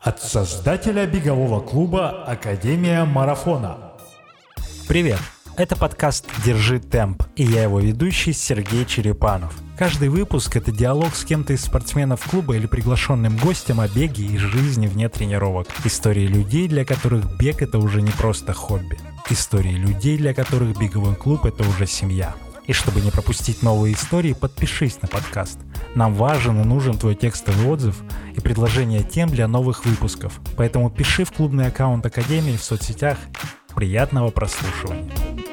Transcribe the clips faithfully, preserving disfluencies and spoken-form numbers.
От создателя бегового клуба «Академия марафона». Привет! Это подкаст «Держи темп», и я его ведущий Сергей Черепанов. Каждый выпуск — это диалог с кем-то из спортсменов клуба или приглашенным гостем о беге и жизни вне тренировок. Истории людей, для которых бег — это уже не просто хобби. Истории людей, для которых беговой клуб — это уже семья. И чтобы не пропустить новые истории, подпишись на подкаст. Нам важен и нужен твой текстовый отзыв и предложение тем для новых выпусков. Поэтому пиши в клубный аккаунт Академии в соцсетях. Приятного прослушивания.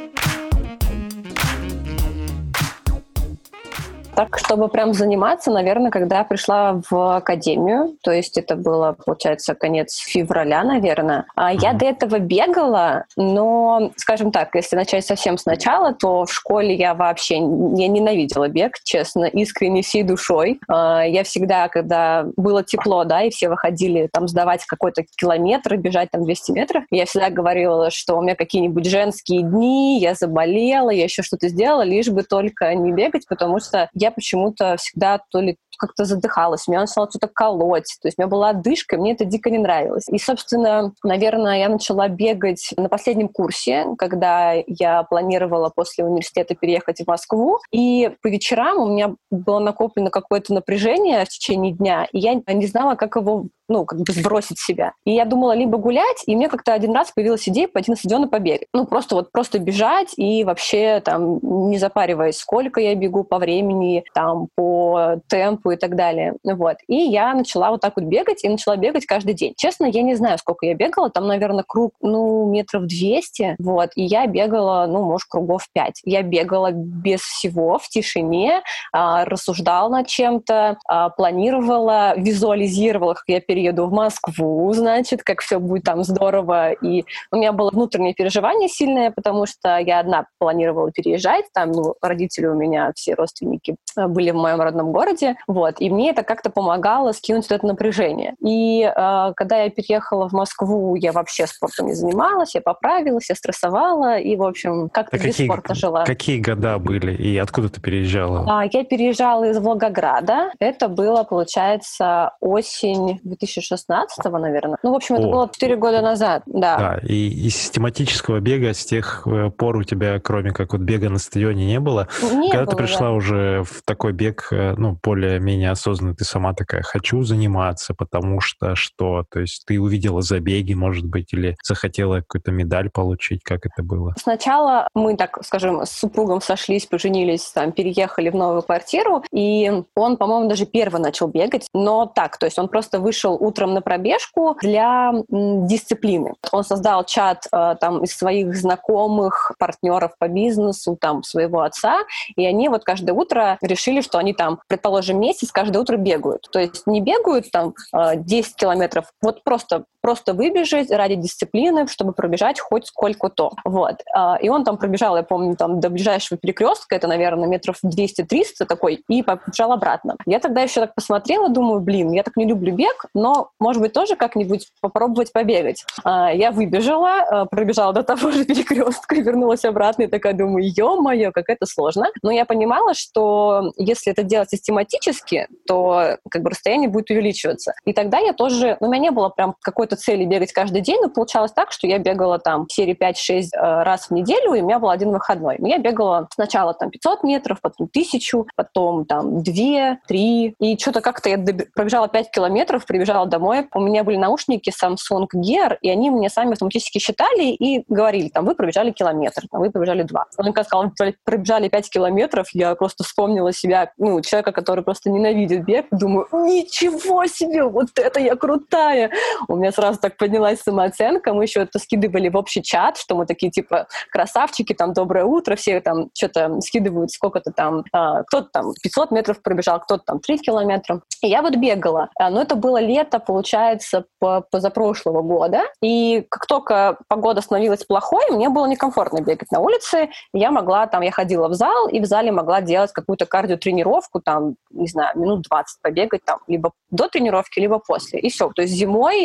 Так, чтобы прям заниматься, наверное, когда я пришла в академию, то есть это было, получается, конец февраля, наверное. А я до этого бегала, но, скажем так, если начать совсем сначала, то в школе я вообще я ненавидела бег, честно, искренне, всей душой. Я всегда, когда было тепло, да, и все выходили там сдавать какой-то километр, бежать там двести метров, я всегда говорила, что у меня какие-нибудь женские дни, я заболела, я еще что-то сделала, лишь бы только не бегать, потому что я почему-то всегда то ли как-то задыхалась, меня начало что-то колоть, то есть у меня была одышка, и мне это дико не нравилось. И, собственно, наверное, я начала бегать на последнем курсе, когда я планировала после университета переехать в Москву, и по вечерам у меня было накоплено какое-то напряжение в течение дня, и я не знала, как его ну, как бы сбросить с себя. И я думала либо гулять, и мне как-то один раз появилась идея пойти на стадион и побегать. Ну, просто вот просто бежать и вообще там не запариваясь, сколько я бегу по времени, там, по темпу и так далее. Вот. И я начала вот так вот бегать, и начала бегать каждый день. Честно, я не знаю, сколько я бегала, там, наверное, круг, ну, метров двести, вот, и я бегала, ну, может, кругов пять. Я бегала без всего, в тишине, а, рассуждала над чем-то, а, планировала, визуализировала, как я перейду еду в Москву, значит, как все будет там здорово. И у меня было внутреннее переживание сильное, потому что я одна планировала переезжать. Там ну, родители у меня, все родственники были в моем родном городе. Вот. И мне это как-то помогало скинуть это напряжение. И э, когда я переехала в Москву, я вообще спортом не занималась, я поправилась, я стрессовала и, в общем, как-то а без какие, спорта жила. Какие года были и откуда ты переезжала? А, я переезжала из Волгограда. Это было, получается, осень две тысячи шестнадцатого, наверное. Ну, в общем, это О. было четыре года назад, да. Да, и, и систематического бега с тех пор у тебя, кроме как вот бега на стадионе, не было? Не Когда было, ты пришла да. уже в такой бег, ну, более-менее осознанно, ты сама такая, хочу заниматься, потому что что? То есть ты увидела забеги, может быть, или захотела какую-то медаль получить? Как это было? Сначала мы, так скажем, с супругом сошлись, поженились, там, переехали в новую квартиру, и он, по-моему, даже первый начал бегать, но так, то есть он просто вышел утром на пробежку для м, дисциплины. Он создал чат э, там из своих знакомых, партнеров по бизнесу, там, своего отца, и они вот каждое утро решили, что они там, предположим, месяц каждое утро бегают. То есть не бегают там э, десять километров, вот просто просто выбежать ради дисциплины, чтобы пробежать хоть сколько-то. Вот. И он там пробежал, я помню, там до ближайшего перекрестка, это, наверное, метров двести-триста такой, и побежал обратно. Я тогда еще так посмотрела, думаю, блин, я так не люблю бег, но, может быть, тоже как-нибудь попробовать побегать. Я выбежала, пробежала до того же перекрестка, вернулась обратно, и такая думаю, ё-моё, как это сложно. Но я понимала, что если это делать систематически, то как бы расстояние будет увеличиваться. И тогда я тоже, ну, у меня не было прям какой-то цели бегать каждый день, но получалось так, что я бегала там в серии пять-шесть э, раз в неделю, и у меня был один выходной. Но я бегала сначала там пятьсот метров, потом тысячу, потом там два, три, и что-то как-то я доб... пробежала пять километров, прибежала домой. У меня были наушники Samsung Gear, и они мне сами автоматически считали и говорили, там, вы пробежали километр, там, вы пробежали два. Он когда сказал, пробежали пять километров, я просто вспомнила себя, ну, человека, который просто ненавидит бег, думаю, ничего себе, вот это я крутая! У меня сразу так поднялась самооценка, мы еще это скидывали в общий чат, что мы такие, типа, красавчики, там, доброе утро, все там что-то скидывают, сколько-то там, а, кто-то там пятьсот метров пробежал, кто-то там три километра. И я вот бегала, но это было лето, получается, позапрошлого года, и как только погода становилась плохой, мне было некомфортно бегать на улице, я могла там, я ходила в зал, и в зале могла делать какую-то кардиотренировку, там, не знаю, минут двадцать побегать, там, либо до тренировки, либо после, и все. То есть зимой для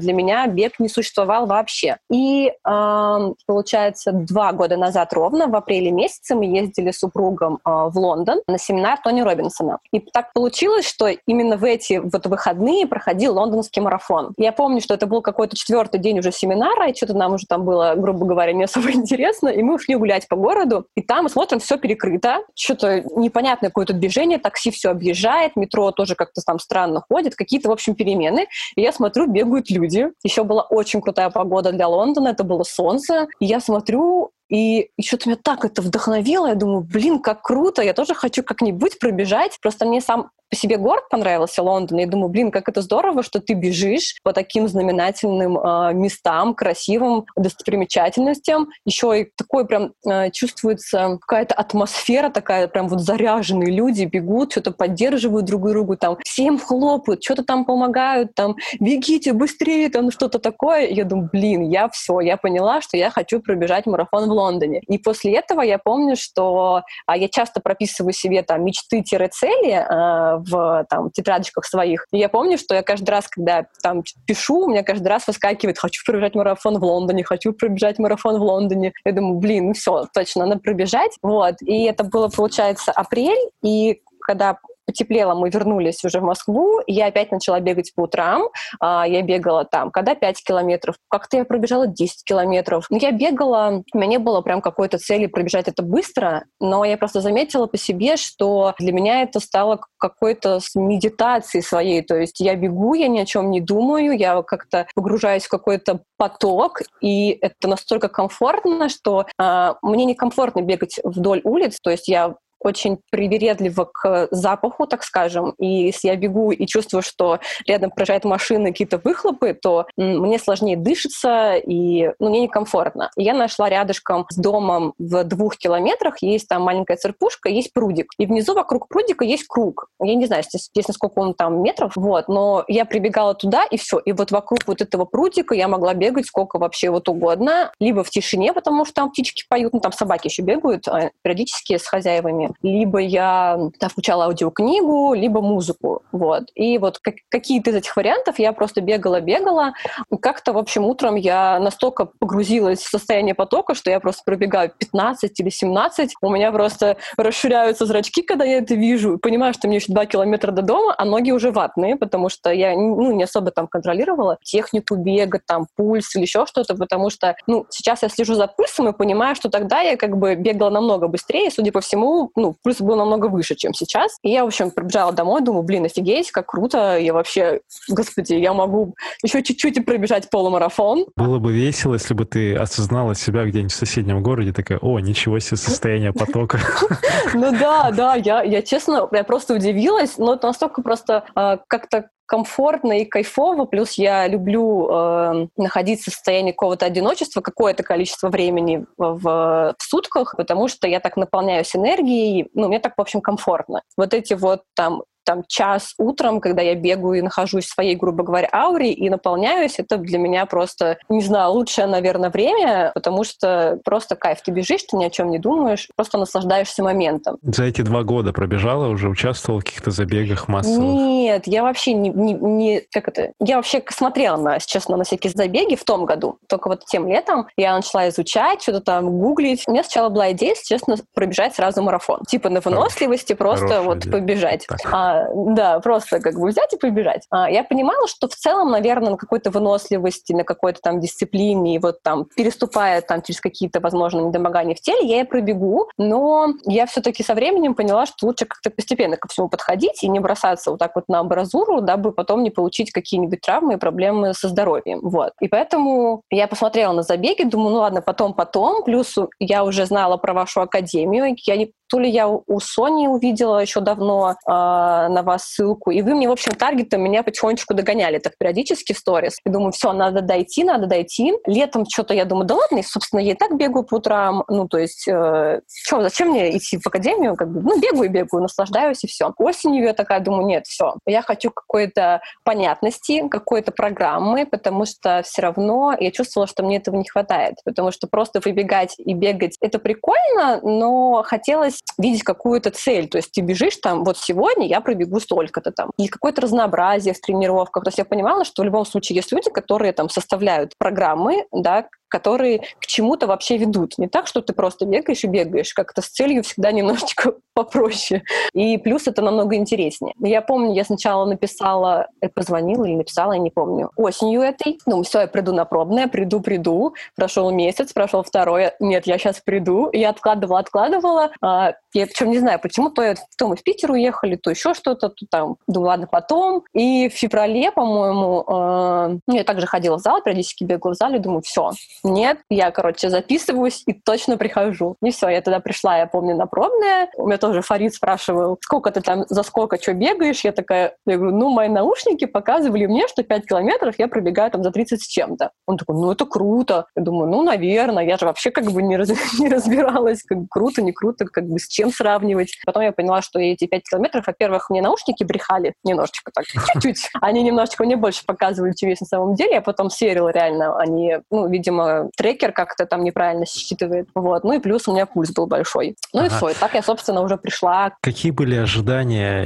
для меня бег не существовал вообще. И, э, получается, два года назад ровно, в апреле месяце, мы ездили с супругом э, в Лондон на семинар Тони Робинсона. И так получилось, что именно в эти вот выходные проходил лондонский марафон. Я помню, что это был какой-то четвертый день уже семинара, и что-то нам уже там было, грубо говоря, не особо интересно, и мы ушли гулять по городу, и там мы смотрим, все перекрыто, что-то непонятное какое-то движение, такси все объезжает, метро тоже как-то там странно ходит, какие-то, в общем, перемены. И я смотрю, бегают люди. Еще была очень крутая погода для Лондона, это было солнце. И я смотрю, и, и что-то меня так это вдохновило. Я думаю, блин, как круто, я тоже хочу как-нибудь пробежать. Просто мне сам по себе город понравился, Лондон. Я думаю, блин, как это здорово, что ты бежишь по таким знаменательным э, местам, красивым достопримечательностям. Еще и такой прям э, чувствуется какая-то атмосфера такая, прям вот заряженные люди бегут, что-то поддерживают друг другу, там всем хлопают, что-то там помогают, там бегите быстрее, там что-то такое. И я думаю, блин, я все, я поняла, что я хочу пробежать марафон в Лондоне. И после этого я помню, что а, я часто прописываю себе там мечты-цели э, в там, тетрадочках своих. И я помню, что я каждый раз, когда там пишу, у меня каждый раз выскакивает: хочу пробежать марафон в Лондоне, хочу пробежать марафон в Лондоне. Я думаю, блин, ну все, точно, надо пробежать. Вот. И это было, получается, апрель, и когда потеплело, мы вернулись уже в Москву, и я опять начала бегать по утрам. Я бегала там, когда пять километров, как-то я пробежала десять километров. Но я бегала, у меня не было прям какой-то цели пробежать это быстро, но я просто заметила по себе, что для меня это стало какой-то медитацией своей. То есть я бегу, я ни о чем не думаю, я как-то погружаюсь в какой-то поток, и это настолько комфортно, что э, мне некомфортно бегать вдоль улиц, то есть я очень привередлива к запаху, так скажем, и если я бегу и чувствую, что рядом проезжают машины, какие-то выхлопы, то м, мне сложнее дышится, и ну, мне некомфортно. И я нашла рядышком с домом в двух километрах, есть там маленькая церквушка, есть прудик, и внизу вокруг прудика есть круг. Я не знаю, естественно, сколько он там метров, вот, но я прибегала туда, и все. И вот вокруг вот этого прудика я могла бегать сколько вообще вот угодно, либо в тишине, потому что там птички поют, ну там собаки еще бегают периодически с хозяевами, либо я там, включала аудиокнигу, либо музыку, вот. И вот как, какие-то из этих вариантов я просто бегала-бегала. Как-то, в общем, утром я настолько погрузилась в состояние потока, что я просто пробегаю пятнадцать или семнадцать. У меня просто расширяются зрачки, когда я это вижу. И понимаю, что мне еще два километра до дома, а ноги уже ватные, потому что я ну, не особо там контролировала технику бега, там, пульс или еще что-то, потому что ну, сейчас я слежу за пульсом и понимаю, что тогда я как бы бегала намного быстрее, судя по всему, ну, пульс был намного выше, чем сейчас. И я, в общем, прибежала домой, думаю, блин, офигеть, как круто, я вообще, господи, я могу еще чуть-чуть и пробежать полумарафон. Было бы весело, если бы ты осознала себя где-нибудь в соседнем городе, такая, о, ничего себе, состояние потока. Ну да, да, я честно, я просто удивилась, но это настолько просто как-то комфортно и кайфово, плюс я люблю э, находиться в состоянии какого-то одиночества какое-то количество времени в, в, в сутках, потому что я так наполняюсь энергией, ну, мне так, в общем, комфортно. Вот эти вот там там час утром, когда я бегаю и нахожусь в своей, грубо говоря, ауре и наполняюсь, это для меня просто, не знаю, лучшее, наверное, время, потому что просто кайф. Ты бежишь, ты ни о чем не думаешь, просто наслаждаешься моментом. За эти два года пробежала, уже участвовала в каких-то забегах массовых? Нет, я вообще не, не, не как это, я вообще смотрела, на, честно, на всякие забеги в том году, только вот тем летом я начала изучать, что-то там гуглить. У меня сначала была идея, честно, пробежать сразу марафон. Типа на выносливости просто Хорошая вот идея. побежать. А, да, просто как бы взять и побежать. А, я понимала, что в целом, наверное, на какой-то выносливости, на какой-то там дисциплине, и вот там, переступая там через какие-то, возможно, недомогания в теле, я и пробегу, но я все-таки со временем поняла, что лучше как-то постепенно ко всему подходить и не бросаться вот так вот на амбразуру, дабы потом не получить какие-нибудь травмы и проблемы со здоровьем. Вот. И поэтому я посмотрела на забеги, думаю, ну ладно, потом-потом, плюс я уже знала про вашу академию, я не то ли я у Сони увидела еще давно э, на вас ссылку, и вы мне, в общем, таргетом меня потихонечку догоняли так периодически в сторис. И думаю, все, надо дойти, надо дойти. Летом что-то я думаю, да ладно, и, собственно, я и так бегаю по утрам, ну, то есть, э, что, зачем мне идти в академию, как бы, ну, бегаю и бегаю, наслаждаюсь, и все. Осенью я такая думаю, нет, все, я хочу какой-то понятности, какой-то программы, потому что все равно я чувствовала, что мне этого не хватает, потому что просто выбегать и бегать — это прикольно, но хотелось хотелось видеть какую-то цель. То есть ты бежишь там, вот сегодня я пробегу столько-то там. И какое-то разнообразие в тренировках. То есть я понимала, что в любом случае есть люди, которые там составляют программы, да, которые к чему-то вообще ведут. Не так, что ты просто бегаешь и бегаешь, как-то с целью всегда немножечко попроще. И плюс это намного интереснее. Я помню, я сначала написала, позвонила или написала, я не помню, осенью этой. Думаю, все, я приду на пробное, приду, приду. Прошел месяц, прошел второй. Нет, я сейчас приду. Я откладывала, откладывала. Я причем не знаю, почему. То, я, то мы в Питер уехали, то еще что-то, то там, думаю, ладно, потом. И в феврале, по-моему, я также ходила в зал, периодически бегала в зале, думаю, все. Нет, я, короче, записываюсь и точно прихожу. И все, я тогда пришла, я помню, на пробное. У меня тоже Фарид спрашивал, сколько ты там, за сколько, что бегаешь? Я такая, я говорю, ну, мои наушники показывали мне, что пять километров я пробегаю там за тридцать с чем-то. Он такой, ну, это круто. Я думаю, ну, наверное, я же вообще как бы не, раз, не разбиралась, как бы круто, не круто, как бы с чем сравнивать. Потом я поняла, что эти пять километров, во-первых, мне наушники брехали немножечко так, чуть-чуть. Они немножечко мне больше показывали, чем есть на самом деле. Я потом сверила реально, они, ну, видимо, трекер как-то там неправильно считывает. Вот. Ну и плюс у меня пульс был большой. Ну ага. И все. И так я, собственно, уже пришла. Какие были ожидания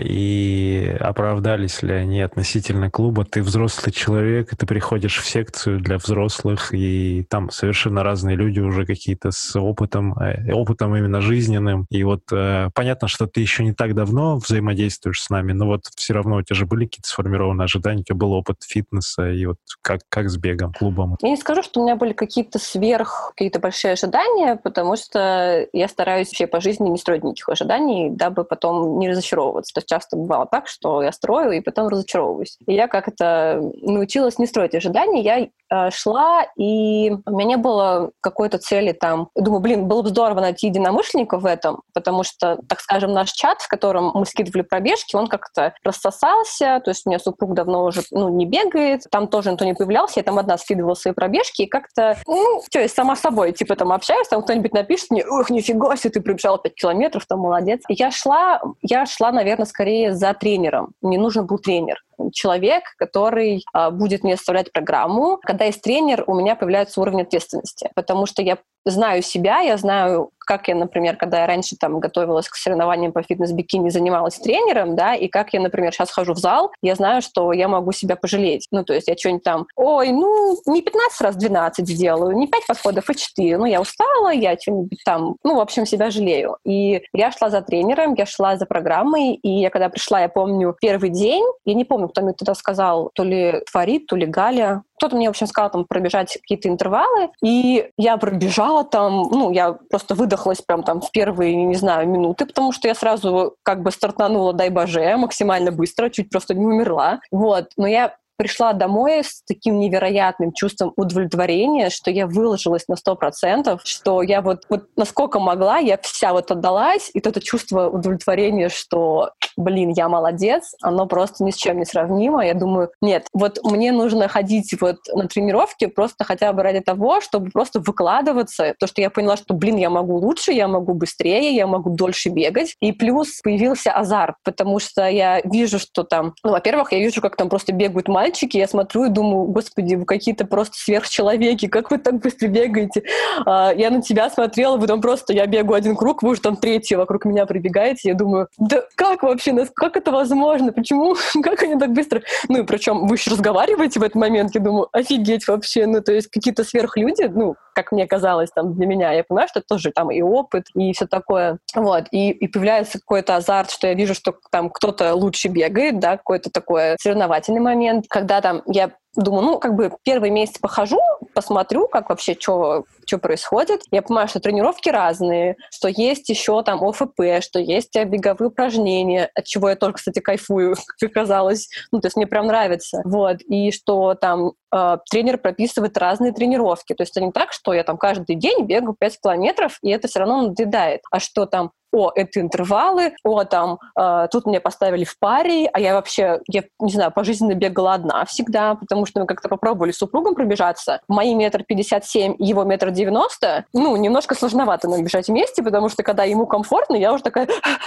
и оправдались ли они относительно клуба? Ты взрослый человек, и ты приходишь в секцию для взрослых, и там совершенно разные люди уже какие-то с опытом, опытом именно жизненным. И вот э, понятно, что ты еще не так давно взаимодействуешь с нами, но вот все равно у тебя же были какие-то сформированные ожидания, у тебя был опыт фитнеса, и вот как, как с бегом, клубом? Я не скажу, что у меня были какие-то какие-то сверх, какие-то большие ожидания, потому что я стараюсь вообще по жизни не строить никаких ожиданий, дабы потом не разочаровываться. То есть часто бывало так, что я строю и потом разочаровываюсь. И я как-то научилась не строить ожиданий. Я э, шла, и у меня не было какой-то цели там. Думаю, блин, было бы здорово найти единомышленников в этом, потому что, так скажем, наш чат, в котором мы скидывали пробежки, он как-то рассосался, то есть у меня супруг давно уже ну, не бегает, там тоже никто не появлялся, я там одна скидывала свои пробежки, и как-то ну, что, я сама собой, типа, там общаюсь, там кто-нибудь напишет мне, ох, нифига себе, ты пробежала пять километров, там, молодец. И я шла, я шла, наверное, скорее за тренером. Мне нужен был тренер. Человек, который а, будет мне составлять программу. Когда есть тренер, у меня появляется уровень ответственности, потому что я знаю себя, я знаю, как я, например, когда я раньше там готовилась к соревнованиям по фитнес-бикини, занималась тренером, да, и как я, например, сейчас хожу в зал, я знаю, что я могу себя пожалеть. Ну, то есть я что-нибудь там, ой, ну, не пятнадцать раз двенадцать сделаю, не пять подходов, а четыре. Ну, я устала, я что-нибудь там, ну, в общем, себя жалею. И я шла за тренером, я шла за программой, и я когда пришла, я помню первый день, я не помню, кто мне тогда сказал, то ли Фарид, то ли Галя, кто-то мне, в общем, сказал там пробежать какие-то интервалы, и я пробежала там, ну, я просто выдохлась прям там в первые, не знаю, минуты, потому что я сразу как бы стартанула, дай боже, максимально быстро, чуть просто не умерла. Вот, но я пришла домой с таким невероятным чувством удовлетворения, что я выложилась на сто процентов, что я вот, вот насколько могла, я вся вот отдалась, и это чувство удовлетворения, что, блин, я молодец, оно просто ни с чем не сравнимо. Я думаю, нет, вот мне нужно ходить вот на тренировки просто хотя бы ради того, чтобы просто выкладываться, то, что я поняла, что, блин, я могу лучше, я могу быстрее, я могу дольше бегать. И плюс появился азарт, потому что я вижу, что там, ну, во-первых, я вижу, как там просто бегают мальчики, мальчики, я смотрю и думаю, господи, вы какие-то просто сверхчеловеки, как вы так быстро бегаете? А, я на тебя смотрела, вы там просто, я бегу один круг, вы уже там третий вокруг меня пробегаете, я думаю, да как вообще, как это возможно, почему, как они так быстро? Ну и причем вы еще разговариваете в этот момент, я думаю, офигеть вообще, ну то есть какие-то сверхлюди, ну, как мне казалось, там, для меня, я понимаю, что это тоже там и опыт, и все такое, вот, и, и появляется какой-то азарт, что я вижу, что там кто-то лучше бегает, да, какой-то такой соревновательный момент, когда там я думаю, ну, как бы первый месяц похожу, посмотрю, как вообще, что происходит. Я понимаю, что тренировки разные, что есть еще там ОФП, что есть беговые упражнения, от чего я тоже, кстати, кайфую, как оказалось. Ну, то есть мне прям нравится. Вот. И что там э, тренер прописывает разные тренировки. То есть это не так, что я там каждый день бегаю пять километров, и это все равно надоедает. А что там о, это интервалы, о, там, э, тут меня поставили в паре, а я вообще, я, не знаю, пожизненно бегала одна всегда, потому что мы как-то попробовали с супругом пробежаться. Мои метр пятьдесят семь, его метр девяносто, ну, немножко сложновато нам бежать вместе, потому что когда ему комфортно, я уже такая,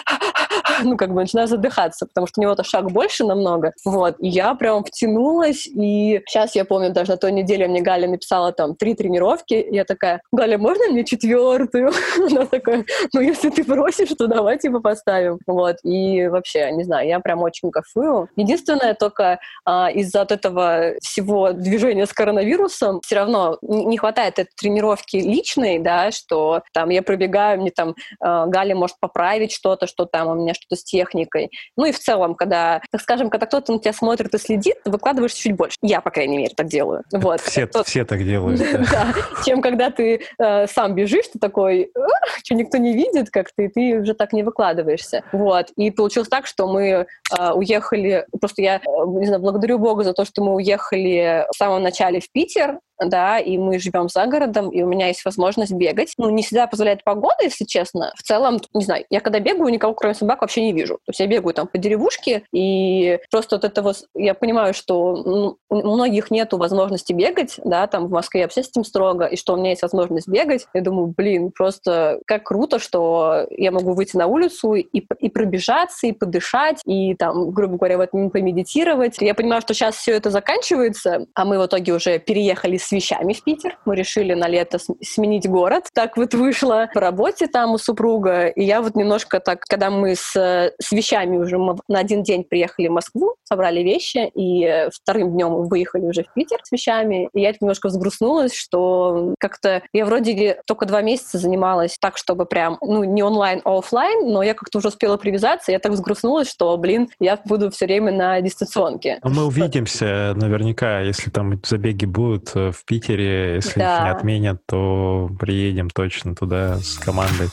ну, как бы начинаю задыхаться, потому что у него-то шаг больше намного, вот, и я прям втянулась, и сейчас я помню, даже на той неделе мне Галя написала там три тренировки, и я такая, Галя, можно мне четвертую? Она такая, ну, если ты просишь, просишь, то давай, типа, поставим. Вот. И вообще, не знаю, я прям очень кайфую. Единственное, только а, из-за вот этого всего движения с коронавирусом все равно не хватает этой тренировки личной, да, что там я пробегаю, мне там э, Галя может поправить что-то, что там у меня что-то с техникой. Ну и в целом, когда, так скажем, когда кто-то на тебя смотрит и следит, ты выкладываешь чуть больше. Я, по крайней мере, так делаю. Вот. Все, Кто... все так делают. Да, чем когда ты э, сам бежишь, ты такой, что никто не видит, как ты, ты уже так не выкладываешься. Вот. И получилось так, что мы э, уехали, просто я, не знаю, благодарю Бога за то, что мы уехали в самом начале в Питер, да, и мы живем за городом, и у меня есть возможность бегать. Ну, не всегда позволяет погода, если честно. В целом, не знаю, я когда бегаю, никого, кроме собак, вообще не вижу. То есть я бегаю там по деревушке, и просто от этого я понимаю, что ну, у многих нету возможности бегать, да, там в Москве вообще с этим строго, и что у меня есть возможность бегать. Я думаю, блин, просто как круто, что я могу выйти на улицу и, и пробежаться, и подышать, и там, грубо говоря, вот помедитировать. Я понимаю, что сейчас все это заканчивается, а мы в итоге уже переехали с вещами в Питер. Мы решили на лето сменить город. Так вот вышло по работе там у супруга. И я вот немножко так, когда мы с, с вещами уже мы на один день приехали в Москву, собрали вещи, и вторым днем мы выехали уже в Питер с вещами. И я немножко взгрустнулась, что как-то я вроде только два месяца занималась так, чтобы прям, ну, не онлайн, а офлайн, но я как-то уже успела привязаться, и я так взгрустнулась, что, блин, я буду все время на дистанционке. Но мы увидимся наверняка, если там забеги будут в Питере, если да. их не отменят, то приедем точно туда с командой.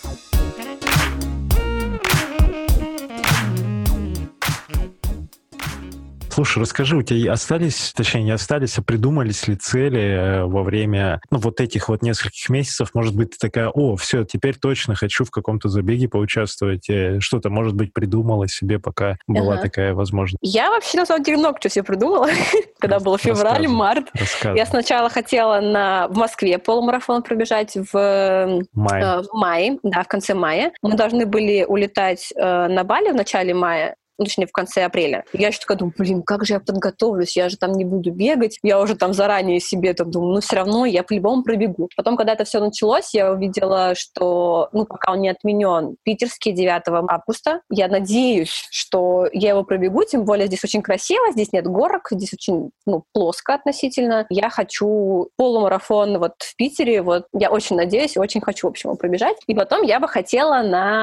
Слушай, расскажи, у тебя остались, точнее, не остались, а придумались ли цели во время, ну, вот этих вот нескольких месяцев? Может быть, ты такая, о, все, теперь точно хочу в каком-то забеге поучаствовать. Что-то, может быть, придумала себе, пока была ага. такая возможность? Я вообще, на самом деле, много чего себе придумала, когда был февраль, март. Я сначала хотела на, в Москве полумарафон пробежать в мае. в мае, да, в конце мая. Мы должны были улетать на Бали в начале мая, ну, точнее, в конце апреля. Я еще такая думаю, блин, как же я подготовлюсь, я же там не буду бегать. Я уже там заранее себе там думаю, ну, все равно я по-любому пробегу. Потом, когда это все началось, я увидела, что, ну, пока он не отменен, питерский девятого августа. Я надеюсь, что я его пробегу, тем более здесь очень красиво, здесь нет горок, здесь очень, ну, плоско относительно. Я хочу полумарафон вот в Питере, вот я очень надеюсь и очень хочу, в общем, его пробежать. И потом я бы хотела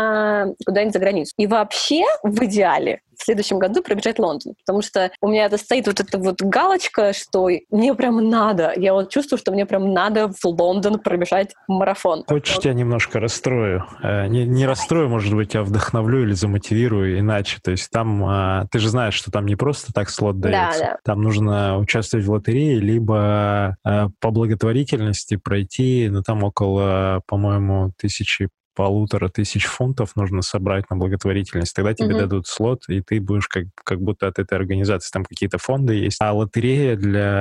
на куда-нибудь за границу. И вообще, в идеале, в следующем году пробежать Лондон, потому что у меня это стоит вот эта вот галочка, что мне прям надо, я вот чувствую, что мне прям надо в Лондон пробежать марафон. Хочешь, я тебя немножко расстрою? Не, не расстрою, может быть, я вдохновлю или замотивирую иначе. То есть там, ты же знаешь, что там не просто так слот дается. Да, да. Там нужно участвовать в лотерее, либо по благотворительности пройти, ну там около, по-моему, тысячи полутора тысяч фунтов нужно собрать на благотворительность. Тогда тебе uh-huh. дадут слот, и ты будешь как, как будто от этой организации. Там какие-то фонды есть. А лотерея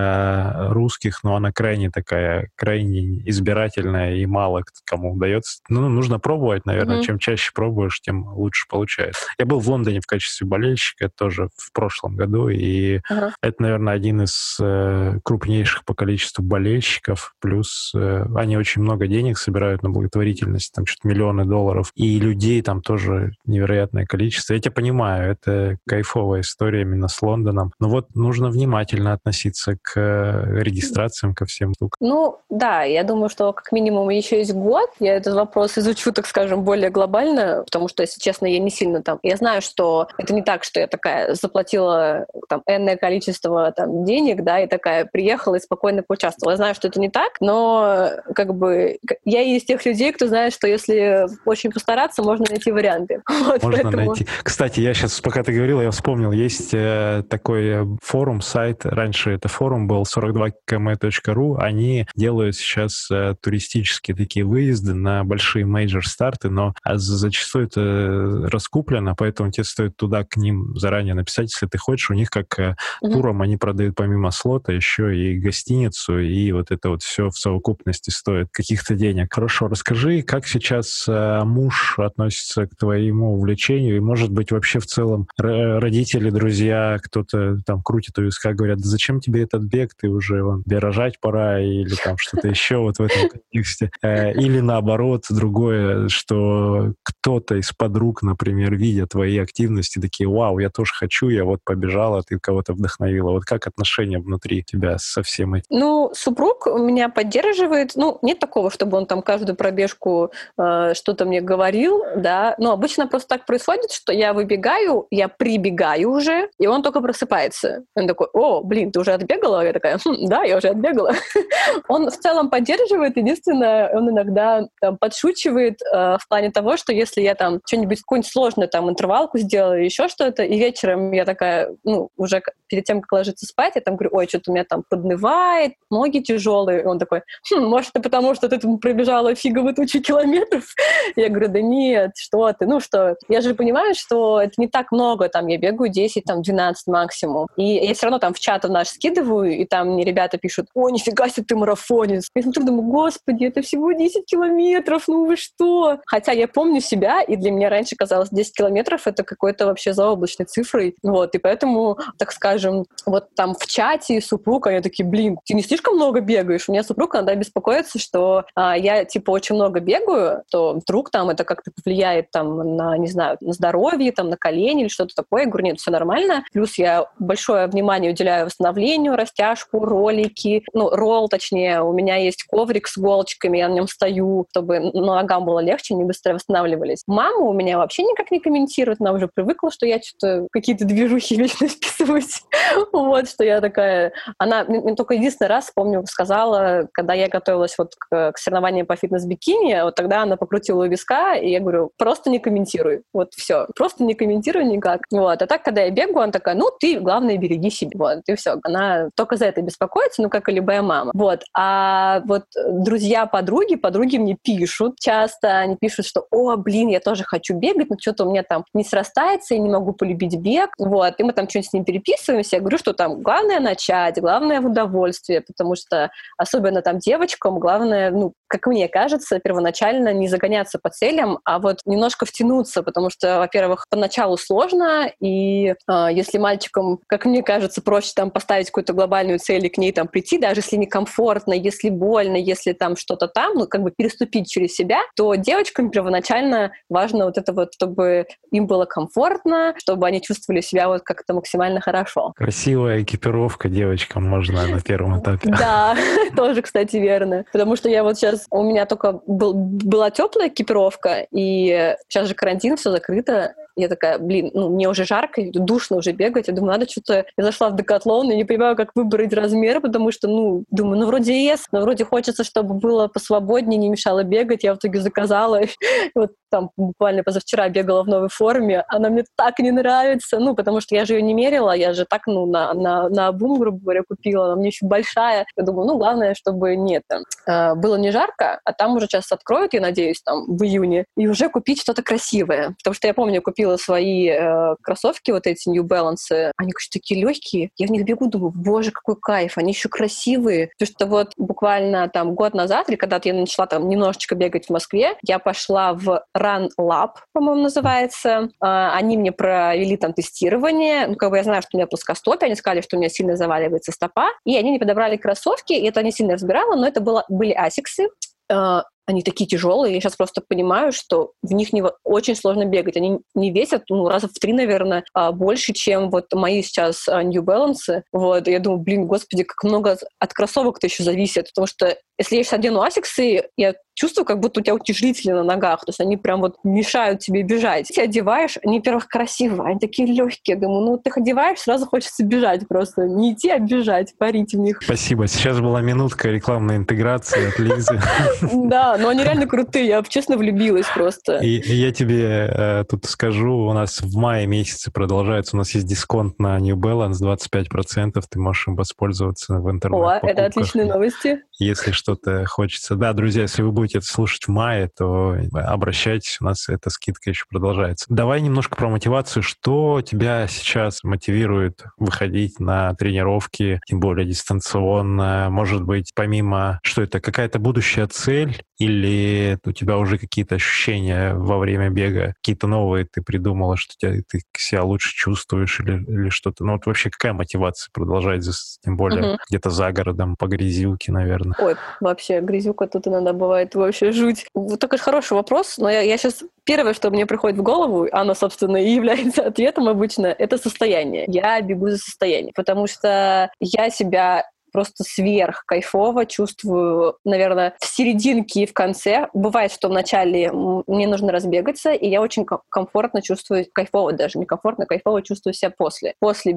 для русских, ну, она крайне такая, крайне избирательная, и мало кому удается. Ну, нужно пробовать, наверное. Uh-huh. Чем чаще пробуешь, тем лучше получается. Я был в Лондоне в качестве болельщика тоже в прошлом году, и uh-huh. это, наверное, один из э, крупнейших по количеству болельщиков. Плюс э, они очень много денег собирают на благотворительность. Там что-то миллион долларов, и людей там тоже невероятное количество. Я тебя понимаю, это кайфовая история именно с Лондоном. Но вот нужно внимательно относиться к регистрациям, ко всем штукам. Ну, да, я думаю, что как минимум еще есть год. Я этот вопрос изучу, так скажем, более глобально, потому что, если честно, я не сильно там... Я знаю, что это не так, что я такая заплатила там энное количество там денег, да, и такая приехала и спокойно поучаствовала. Я знаю, что это не так, но как бы я из тех людей, кто знает, что если очень постараться, можно найти варианты. Вот, можно поэтому... найти. Кстати, я сейчас, пока ты говорила, я вспомнил, есть э, такой форум, сайт, раньше это форум был сорок два км точка ру, они делают сейчас э, туристические такие выезды на большие мейджор-старты, но зачастую это раскуплено, поэтому тебе стоит туда к ним заранее написать, если ты хочешь. У них как э, uh-huh. туром они продают помимо слота еще и гостиницу, и вот это вот все в совокупности стоит каких-то денег. Хорошо, расскажи, как сейчас сейчас э, муж относится к твоему увлечению? И, может быть, вообще в целом р- родители, друзья, кто-то там крутит у виска, говорят, да зачем тебе этот бег, ты уже вон, тебе рожать пора, или там что-то еще вот в этом контексте. Э, или наоборот, другое, что кто-то из подруг, например, видя твои активности, такие, вау, я тоже хочу, я вот побежала, ты кого-то вдохновила. Вот как отношения внутри тебя со всем этим? Ну, супруг меня поддерживает. Ну, нет такого, чтобы он там каждую пробежку э, что-то мне говорил, да. Но обычно просто так происходит, что я выбегаю, я прибегаю уже, и он только просыпается. Он такой, о, блин, ты уже отбегала? Я такая, хм, да, я уже отбегала. Он в целом поддерживает. Единственное, он иногда там, подшучивает э, в плане того, что если я там что-нибудь, какую-нибудь сложную там интервалку сделаю, еще что-то, и вечером я такая, ну, уже перед тем, как ложиться спать, я там говорю, ой, что-то у меня там поднывает, ноги тяжелые. И он такой, хм, может, это потому, что ты там пробежала фигово тучу километров? Я говорю, да нет, что ты, ну что, я же понимаю, что это не так много, там, я бегаю десять, там, двенадцать максимум. И я все равно там в чат наш скидываю, и там мне ребята пишут, о, нифига себе, ты марафонец. Я смотрю, думаю, господи, это всего десять километров, ну вы что? Хотя я помню себя, и для меня раньше казалось десять километров это какой-то вообще заоблачной цифрой. Вот, и поэтому, так скажем, вот там в чате супруг, они такие, блин, ты не слишком много бегаешь? У меня супруг иногда беспокоится, что а, я, типа, очень много бегаю, то вдруг там это как-то повлияет там на, не знаю, на здоровье, там, на колени или что-то такое. Я говорю, нет, все нормально. Плюс я большое внимание уделяю восстановлению, растяжку, ролики, ну, ролл, точнее, у меня есть коврик с иголочками, я на нем стою, чтобы ногам было легче, они быстрее восстанавливались. Мама у меня вообще никак не комментирует, она уже привыкла, что я что-то какие-то движухи вечно вписываюсь. Вот, что я такая... Она мне только единственный раз, помню, сказала, когда я готовилась вот к, к соревнованиям по фитнес-бикини, вот тогда она покрутила у виска, и я говорю, просто не комментируй. Вот все. Просто не комментируй никак. Вот. А так, когда я бегаю, она такая, ну, ты, главное, береги себя. Вот, и все. Она только за это беспокоится, ну, как и любая мама. Вот. А вот друзья, подруги, подруги мне пишут часто, они пишут, что, о, блин, я тоже хочу бегать, но что-то у меня там не срастается, я не могу полюбить бег. Вот. И мы там что-нибудь с ним переписываемся. Я говорю, что там главное начать, главное в удовольствие, потому что особенно там девочкам главное, ну, как мне кажется, первоначально не загоняться по целям, а вот немножко втянуться, потому что, во-первых, поначалу сложно, и э, если мальчикам, как мне кажется, проще там поставить какую-то глобальную цель и к ней там прийти, даже если некомфортно, если больно, если там что-то там, ну, как бы переступить через себя, то девочкам первоначально важно вот это вот, чтобы им было комфортно, чтобы они чувствовали себя вот как-то максимально хорошо. Красивая экипировка девочкам можно на первом этапе. Да, тоже, кстати, верно. Потому что я вот сейчас, у меня только был, была теплая экипировка, и сейчас же карантин, все закрыто. Я такая, блин, ну, мне уже жарко, душно уже бегать. Я думаю, надо что-то... Я зашла в Декатлон и не понимаю, как выбрать размер, потому что, ну, думаю, ну, вроде S, но вроде хочется, чтобы было посвободнее, не мешало бегать. Я в итоге заказала. Вот там буквально позавчера бегала в новой форме. Она мне так не нравится. Ну, потому что я же ее не мерила, я же так, ну, на, на, на обум, грубо говоря, купила. Она мне еще большая. Я думаю, ну, главное, чтобы нет. Э, было не жарко, а там уже сейчас откроют, я надеюсь, там, в июне, и уже купить что-то красивое. Потому что я помню, купила свои э, кроссовки, вот эти New Balance, они, конечно, такие легкие. Я в них бегу, думаю, боже, какой кайф, они еще красивые. Потому что вот буквально там год назад, или когда-то я начала там немножечко бегать в Москве, я пошла в Run Lab, по-моему, называется. Э, они мне провели там тестирование. Ну, как бы я знаю, что у меня плоскостопие, они сказали, что у меня сильно заваливается стопа, и они мне подобрали кроссовки, и это не сильно разбирала, но это было, были асиксы. Э, Они такие тяжелые, я сейчас просто понимаю, что в них не, очень сложно бегать. Они не весят, ну, раза в три, наверное, больше, чем вот мои сейчас New Balance. Вот, и я думаю, блин, господи, как много от кроссовок-то еще зависит. Потому что если я сейчас одену асиксы, я чувствую, как будто у тебя утяжелители на ногах. То есть они прям вот мешают тебе бежать. Ты одеваешь, они, во-первых, красивые, они такие легкие. Я думаю, ну, ты их одеваешь, сразу хочется бежать просто. Не идти, а бежать, парить в них. Спасибо. Сейчас была минутка рекламной интеграции от Лизы. Да, но они реально крутые. Я, честно, влюбилась просто. И я тебе э, тут скажу, у нас в мае месяце продолжается, у нас есть дисконт на New Balance двадцать пять процентов, ты можешь им воспользоваться в интернет-покупках. О, это отличные новости. Если что, что-то хочется. Да, друзья, если вы будете это слушать в мае, то обращайтесь, у нас эта скидка еще продолжается. Давай немножко про мотивацию. Что тебя сейчас мотивирует выходить на тренировки, тем более дистанционно? Может быть, помимо, что это, какая-то будущая цель, или у тебя уже какие-то ощущения во время бега, какие-то новые ты придумала, что тебя, ты себя лучше чувствуешь или, или что-то? Ну вот вообще какая мотивация продолжать, тем более угу. где-то за городом, по грязюке, наверное? Ой, вообще, грязюка тут иногда бывает вообще жуть. Вот такой хороший вопрос, но я, я сейчас... Первое, что мне приходит в голову, оно, собственно, и является ответом обычно, это состояние. Я бегу за состоянием, потому что я себя... просто сверх кайфово чувствую, наверное, в серединке и в конце. Бывает, что вначале мне нужно разбегаться, и я очень комфортно чувствую, кайфово даже, не комфортно, кайфово чувствую себя после. После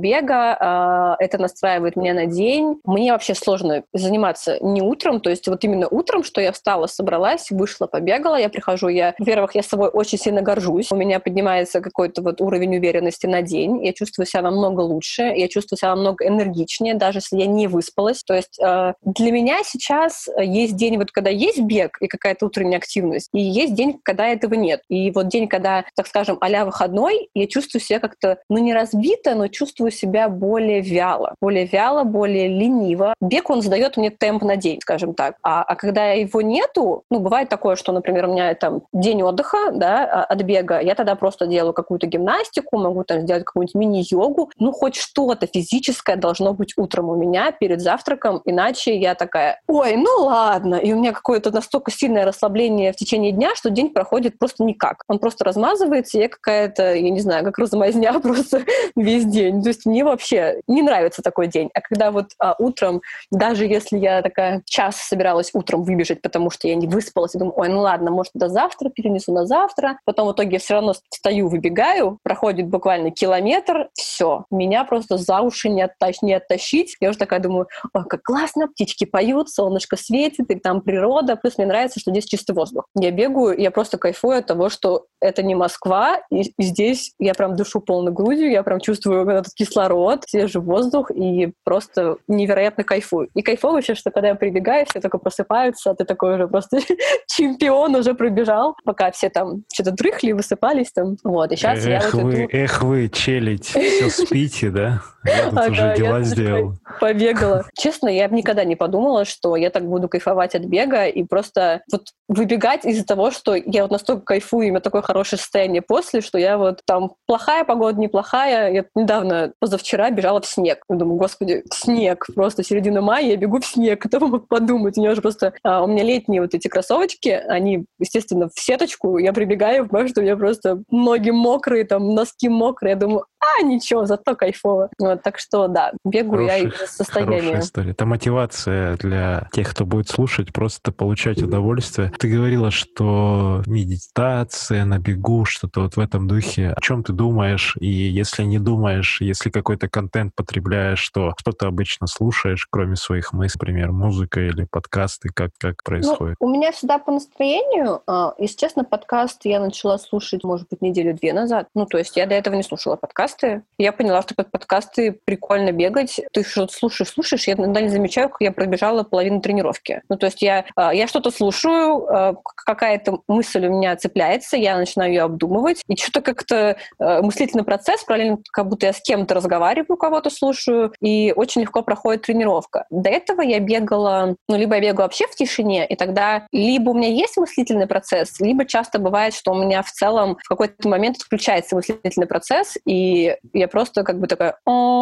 бега э, это настраивает меня на день. Мне вообще сложно заниматься не утром, то есть вот именно утром, что я встала, собралась, вышла, побегала, я прихожу, я, во-первых, я собой очень сильно горжусь, у меня поднимается какой-то вот уровень уверенности на день, я чувствую себя намного лучше, я чувствую себя намного энергичнее, даже если я не выспалась. То есть э, для меня сейчас есть день, вот когда есть бег и какая-то утренняя активность, и есть день, когда этого нет. И вот день, когда, так скажем, а-ля выходной, я чувствую себя как-то, ну, не разбито, но чувствую себя более вяло. Более вяло, более лениво. Бег, он задает мне темп на день, скажем так. А, а когда его нету, ну, бывает такое, что, например, у меня там день отдыха, да, от бега, я тогда просто делаю какую-то гимнастику, могу там сделать какую-нибудь мини-йогу, ну, хоть что-то физическое должно быть утром у меня перед завтраком, завтраком, иначе я такая, ой, ну ладно, и у меня какое-то настолько сильное расслабление в течение дня, что день проходит просто никак. Он просто размазывается, и я какая-то, я не знаю, как размазня просто весь день. То есть мне вообще не нравится такой день. А когда вот а, утром, даже если я такая час собиралась утром выбежать, потому что я не выспалась, и думаю, ой, ну ладно, может, до завтра перенесу на завтра, потом в итоге я все равно встаю, выбегаю, проходит буквально километр, все, меня просто за уши не, оттащ, не оттащить. Я уже такая думаю, ой, как классно, птички поют, солнышко светит, и там природа. Плюс мне нравится, что здесь чистый воздух. Я бегаю, я просто кайфую от того, что это не Москва, и, и здесь я прям дышу полной грудью, я прям чувствую этот кислород, свежий воздух, и просто невероятно кайфую. И кайфово вообще, что когда я прибегаю, все только просыпаются, а ты такой уже просто чемпион уже пробежал, пока все там что-то дрыхли, высыпались там. Вот, и сейчас я эх вот вы, иду... Эх вы, челядь, все спите, да? Я тут уже дела сделал. Побегала. Честно, я бы никогда не подумала, что я так буду кайфовать от бега и просто вот выбегать из-за того, что я вот настолько кайфую, и у меня такое хорошее состояние после, что я вот там плохая погода, неплохая. Я недавно, позавчера, бежала в снег. Я думаю, господи, снег. Просто середина мая, я бегу в снег. Кто бы мог подумать? У меня уже просто... А, у меня летние вот эти кроссовочки, они, естественно, в сеточку. Я прибегаю, потому что у меня просто ноги мокрые, там, носки мокрые. Я думаю, а, ничего, зато кайфово. Вот, так что, да, бегу я из-за состояния. Хорошая история. Это мотивация для тех, кто будет слушать, просто получать удовольствие. Ты говорила, что медитация на бегу, что-то вот в этом духе. О чем ты думаешь? И если не думаешь, если какой-то контент потребляешь, то что ты обычно слушаешь, кроме своих мыслей, например, музыка или подкасты, как, как происходит? Ну, у меня всегда по настроению. Если честно, подкаст я начала слушать, может быть, неделю-две назад. Ну, то есть я до этого не слушала подкасты. Я поняла, что под подкасты прикольно бегать. Ты что-то слушаешь, слушаешь, я иногда не замечаю, как я пробежала половину тренировки. Ну, то есть я, я что-то слушаю, какая-то мысль у меня цепляется, я начинаю ее обдумывать, и что-то как-то мыслительный процесс, параллельно как будто я с кем-то разговариваю, кого-то слушаю, и очень легко проходит тренировка. До этого я бегала, ну, либо я бегаю вообще в тишине, и тогда либо у меня есть мыслительный процесс, либо часто бывает, что у меня в целом в какой-то момент включается мыслительный процесс, и я просто как бы такая,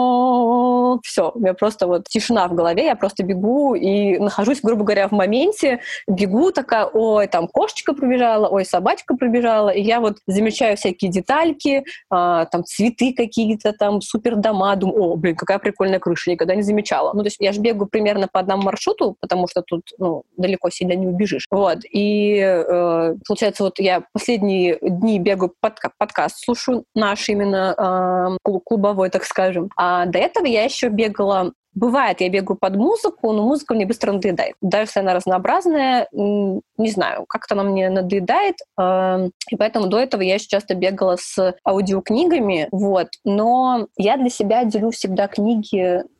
все, у меня просто вот тишина в голове, я просто бегу и нахожусь, грубо говоря, в моменте, бегу такая, ой, там кошечка пробежала, ой, собачка пробежала, и я вот замечаю всякие детальки, а, там цветы какие-то, там супердома, думаю, о, блин, какая прикольная крыша, никогда не замечала. Ну, то есть я же бегаю примерно по одному маршруту, потому что тут, ну, далеко сильно не убежишь. Вот, и э, получается, вот я последние дни бегаю, подка- подкаст слушаю, наш именно э, клубовой, так скажем. А до этого я еще бегала. Бывает, я бегаю под музыку, но музыка мне быстро надоедает. Даже если она разнообразная, не знаю, как-то она мне надоедает. И поэтому до этого я еще часто бегала с аудиокнигами. Вот. Но я для себя делю всегда книги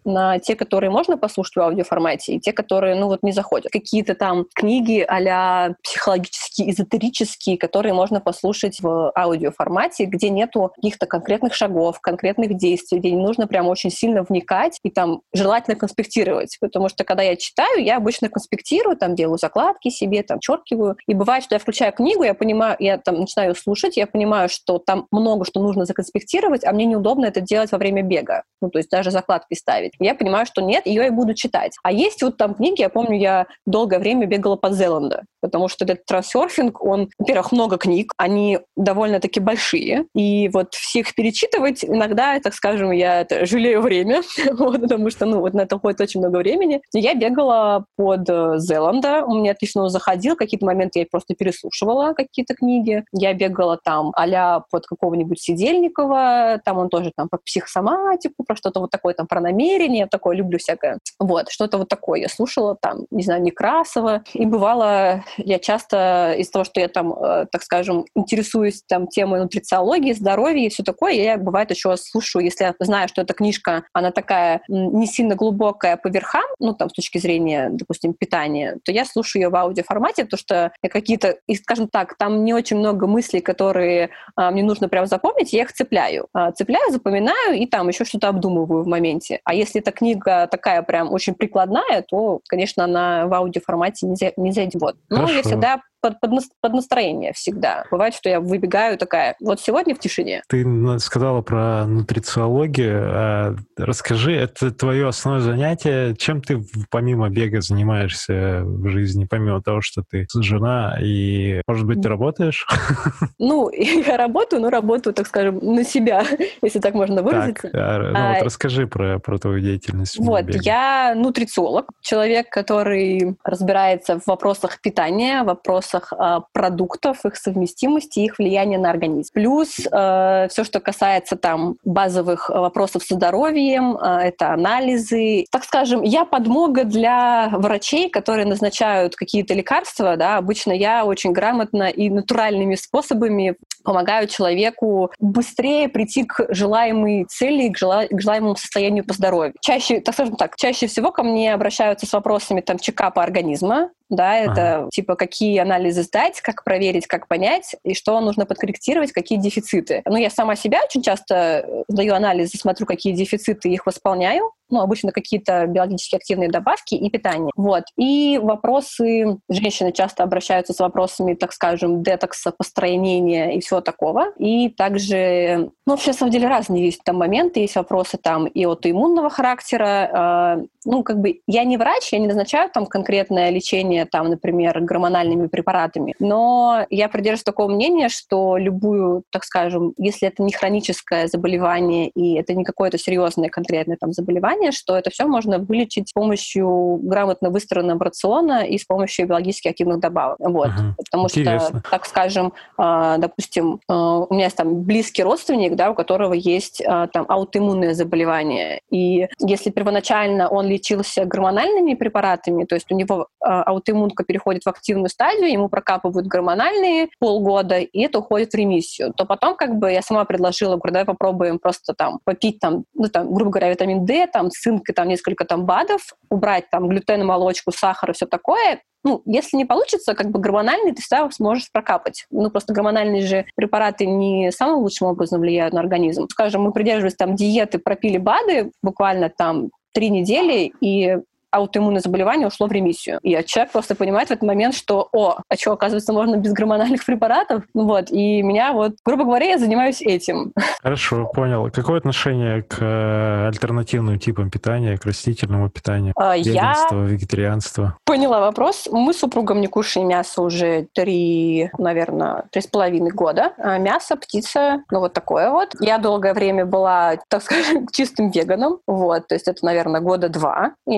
на те, которые можно послушать в аудиоформате, и те, которые, ну вот, не заходят. Какие-то там книги а-ля психологические, эзотерические, которые можно послушать в аудиоформате, где нету каких-то конкретных шагов, конкретных действий, где не нужно прям очень сильно вникать и там желательно конспектировать. Потому что, когда я читаю, я обычно конспектирую, там делаю закладки себе, там черкиваю. И бывает, что я включаю книгу, я понимаю, я там начинаю слушать, я понимаю, что там много что нужно законспектировать, а мне неудобно это делать во время бега. Ну, то есть даже закладки ставить. Я понимаю, что нет, ее я буду читать. А есть вот там книги, я помню, я долгое время бегала под Зеланда, потому что этот трансерфинг, он, во-первых, много книг, они довольно-таки большие, и вот всех перечитывать иногда, так скажем, я это, жалею время, вот, потому что, ну, вот на это уходит очень много времени. Я бегала под Зеланда, у меня отлично заходил, какие-то моменты я просто переслушивала какие-то книги, я бегала там а-ля под какого-нибудь Сидельникова, там он тоже там по психосоматику, про что-то вот такое там, про намерение, такое люблю всякое. Вот, что-то вот такое я слушала, там, не знаю, Некрасова, и бывало, я часто из-за того, что я там, э, так скажем, интересуюсь там темой нутрициологии, здоровья и все такое, я, бывает, еще слушаю, если я знаю, что эта книжка, она такая не сильно глубокая по верхам, ну, там, с точки зрения, допустим, питания, то я слушаю ее в аудиоформате, потому что я какие-то, и, скажем так, там не очень много мыслей, которые а, мне нужно прям запомнить, я их цепляю. А, цепляю, запоминаю и там еще что-то обдумываю в моменте. А если эта книга такая прям очень прикладная, то, конечно, она в аудиоформате не, за, не зайдет. Но я всегда под, под, под настроение всегда. Бывает, что я выбегаю такая, вот сегодня в тишине. Ты сказала про нутрициологию. Расскажи, это твое основное занятие? Чем ты помимо бега занимаешься в жизни, помимо того, что ты жена и, может быть, ты работаешь? Ну, я работаю, но работаю, так скажем, на себя, если так можно выразиться. Так, ну а, вот расскажи про, про твою деятельность. Вот, я нутрициолог, человек, который разбирается в вопросах питания, в вопросах продуктов, их совместимости, их влияния на организм. Плюс э, все, что касается там базовых вопросов со здоровьем, э, это анализы. Так скажем, я подмога для врачей, которые назначают какие-то лекарства. Да, обычно я очень грамотно и натуральными способами помогаю человеку быстрее прийти к желаемой цели, к, жела- к желаемому состоянию по здоровью. Чаще, так скажем так, чаще всего ко мне обращаются с вопросами там чекапа организма. Да, это ага. типа какие анализы сдать, как проверить, как понять, и что нужно подкорректировать, какие дефициты. Ну, я сама себя очень часто сдаю анализы, смотрю, какие дефициты, их восполняю. Ну, обычно какие-то биологически активные добавки и питание. Вот. И вопросы... Женщины часто обращаются с вопросами, так скажем, детокса, постройнения и всего такого. И также... Ну, вообще, на самом деле, разные есть там моменты. Есть вопросы там и аутоиммунного характера. Э, ну, как бы я не врач, я не назначаю там конкретное лечение, там, например, гормональными препаратами. Но я придерживаюсь такого мнения, что любую, так скажем, если это не хроническое заболевание и это не какое-то серьезное конкретное там заболевание, что это все можно вылечить с помощью грамотно выстроенного рациона и с помощью биологически активных добавок. Вот. Uh-huh. Потому Интересно. Что, так скажем, допустим, у меня есть там близкий родственник, да, у которого есть там аутоиммунное заболевание. И если первоначально он лечился гормональными препаратами, то есть у него аутоиммунка переходит в активную стадию, ему прокапывают гормональные полгода, и это уходит в ремиссию, то потом как бы я сама предложила, говорю, давай попробуем просто там попить там, ну там, грубо говоря, витамин D, там цинк и там несколько там БАДов, убрать там глютен, молочку, сахар и все такое. Ну, если не получится, как бы гормональный ты всегда сможешь прокапать. Ну, просто гормональные же препараты не самым лучшим образом влияют на организм. Скажем, мы придерживались там диеты, пропили БАДы буквально там три недели, и аутоиммунное заболевание ушло в ремиссию. И человек просто понимает в этот момент, что, о, а что, оказывается, можно без гормональных препаратов? Ну вот, и меня вот, грубо говоря, я занимаюсь этим. Хорошо, понял. Какое отношение к альтернативным типам питания, к растительному питанию? А, веганство, я... вегетарианство? Поняла вопрос. Мы с супругом не кушаем мясо уже три, наверное, три с половиной года. А мясо, птица, ну вот такое вот. Я долгое время была, так скажем, чистым веганом. Вот, то есть это, наверное, года два. Я не кушала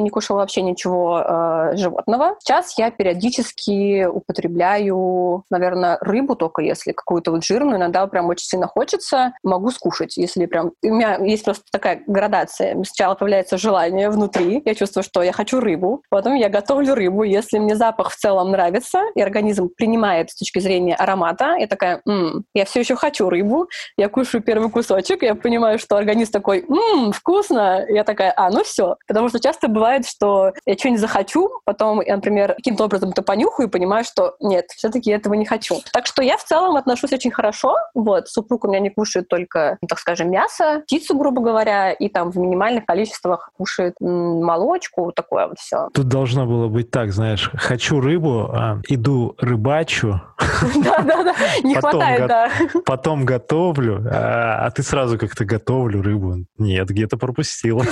вообще ничего э, животного. Сейчас я периодически употребляю, наверное, рыбу только если какую-то вот жирную, иногда прям очень сильно хочется, могу скушать, если прям... У меня есть просто такая градация. Сначала появляется желание внутри, я чувствую, что я хочу рыбу, потом я готовлю рыбу, если мне запах в целом нравится, и организм принимает с точки зрения аромата, я такая, м-м, я все еще хочу рыбу, я кушаю первый кусочек, я понимаю, что организм такой, м-м, вкусно, я такая, а, ну все. Потому что часто бывает, что я что-нибудь захочу, потом я, например, каким-то образом это понюхаю и понимаю, что нет, все-таки я этого не хочу. Так что я в целом отношусь очень хорошо. Вот, супруг у меня не кушает только, так скажем, мясо, птицу, грубо говоря, и там в минимальных количествах кушает м- молочку, такое вот все. Тут должно было быть так, знаешь, хочу рыбу, а, иду рыбачу. Да-да-да, не хватает, да. Потом готовлю, а ты сразу как-то готовлю рыбу. Нет, где-то пропустила.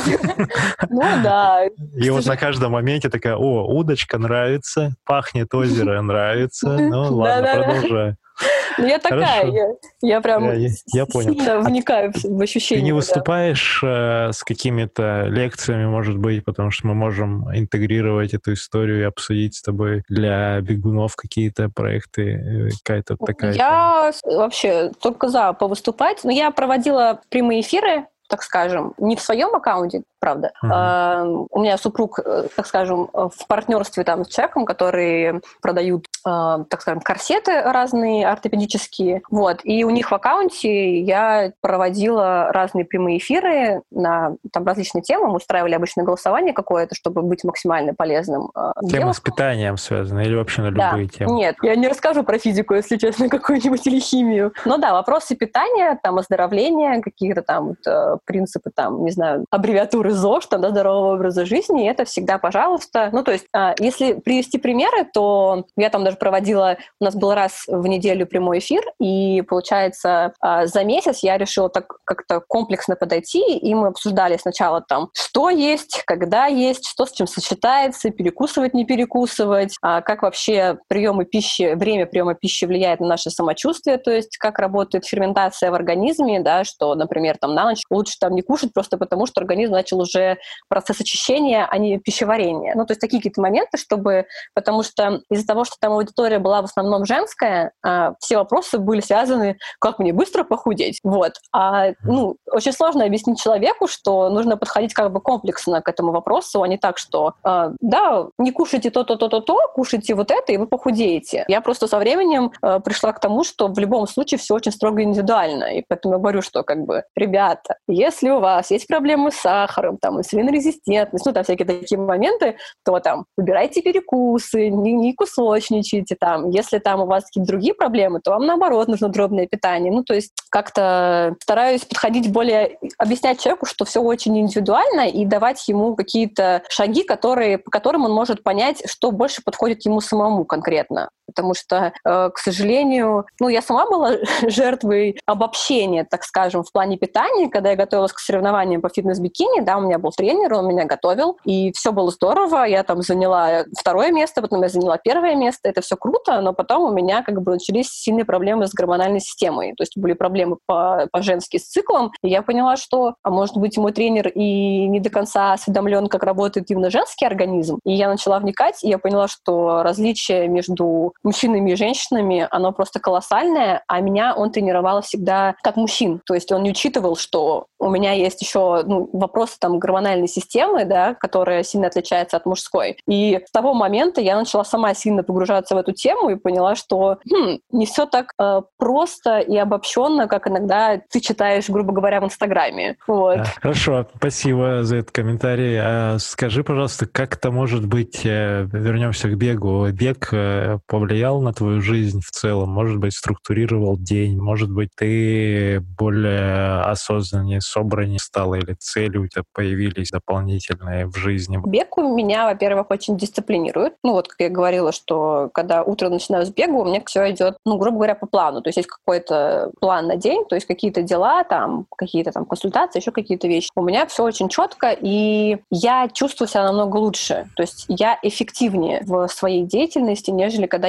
Ну да. И вот на каждом моменте такая, о, удочка нравится, пахнет озеро нравится, ну ладно, продолжай. Ну, я такая, я, я прям я, я, я сильно понял. вникаю а в ощущения. Ты не да. выступаешь э, с какими-то лекциями, может быть, потому что мы можем интегрировать эту историю и обсудить с тобой для бегунов какие-то проекты, какая-то такая... Я тема. Вообще только за повыступать, но я проводила прямые эфиры, так скажем, не в своем аккаунте, правда. Uh-huh. Uh, у меня супруг, так скажем, в партнерстве там с человеком, которые продают, uh, так скажем, корсеты разные ортопедические. Вот. И у них в аккаунте я проводила разные прямые эфиры на там, различные темы. Мы устраивали обычно голосование какое-то, чтобы быть максимально полезным. Uh, Темы девушкам. с питанием связаны или вообще на любые да. темы? Нет, я не расскажу про физику, если честно, какую-нибудь или химию. Но да, вопросы питания, там, оздоровления, какие-то там вот, принципы, там, не знаю, аббревиатуры ЗОЖ, там, да, здорового образа жизни, это всегда, пожалуйста. Ну, то есть, а, если привести примеры, то я там даже проводила, у нас был раз в неделю прямой эфир, и, получается, а, за месяц я решила так как-то комплексно подойти, и мы обсуждали сначала там, что есть, когда есть, что с чем сочетается, перекусывать, не перекусывать, а, как вообще приемы пищи, время приема пищи влияет на наше самочувствие, то есть как работает ферментация в организме, да, что, например, там на ночь лучше там не кушать просто потому, что организм начал уже процесс очищения, а не пищеварения. Ну, то есть такие какие-то моменты, чтобы... Потому что из-за того, что там аудитория была в основном женская, а, все вопросы были связаны, как мне быстро похудеть. Вот. А, ну, очень сложно объяснить человеку, что нужно подходить как бы комплексно к этому вопросу, а не так, что а, да, не кушайте то-то, то-то, то, кушайте вот это, и вы похудеете. Я просто со временем а, пришла к тому, что в любом случае все очень строго индивидуально. И поэтому я говорю, что как бы, ребята, если у вас есть проблемы с сахаром, там, инсулинорезистентность, ну, там, всякие такие моменты, то, там, выбирайте перекусы, не, не кусочничайте, там. Если там у вас какие-то другие проблемы, то вам, наоборот, нужно дробное питание. Ну, то есть как-то стараюсь подходить более... Объяснять человеку, что все очень индивидуально, и давать ему какие-то шаги, которые, по которым он может понять, что больше подходит ему самому конкретно. Потому что, э, к сожалению, ну, я сама была жертвой обобщения, так скажем, в плане питания, когда я готовилась к соревнованиям по фитнес-бикини, да, у меня был тренер, он меня готовил, и все было здорово, я там заняла второе место, потом я заняла первое место, это все круто, но потом у меня как бы начались сильные проблемы с гормональной системой, то есть были проблемы по, по-женски с циклом, и я поняла, что, а может быть, мой тренер и не до конца осведомлен, как работает именно женский организм, и я начала вникать, и я поняла, что различие между мужчинами и женщинами, оно просто колоссальное, а меня он тренировал всегда как мужчин. То есть он не учитывал, что у меня есть еще ну, вопросы там, гормональной системы, да, которая сильно отличается от мужской. И с того момента я начала сама сильно погружаться в эту тему и поняла, что хм, не все так э, просто и обобщенно, как иногда ты читаешь, грубо говоря, в Инстаграме. Вот. Хорошо, спасибо за этот комментарий. А скажи, пожалуйста, как это может быть, э, вернемся к бегу, бег э, повлиял на твою жизнь в целом? Может быть, структурировал день? Может быть, ты более осознаннее, собраннее стала или цели у тебя появились дополнительные в жизни? Бег у меня, во-первых, очень дисциплинирует. Ну вот, как я говорила, что когда утром начинаю с бега, у меня все идет, ну, грубо говоря, по плану. То есть есть какой-то план на день, то есть какие-то дела, там, какие-то там консультации, еще какие-то вещи. У меня все очень четко, и я чувствую себя намного лучше. То есть я эффективнее в своей деятельности, нежели когда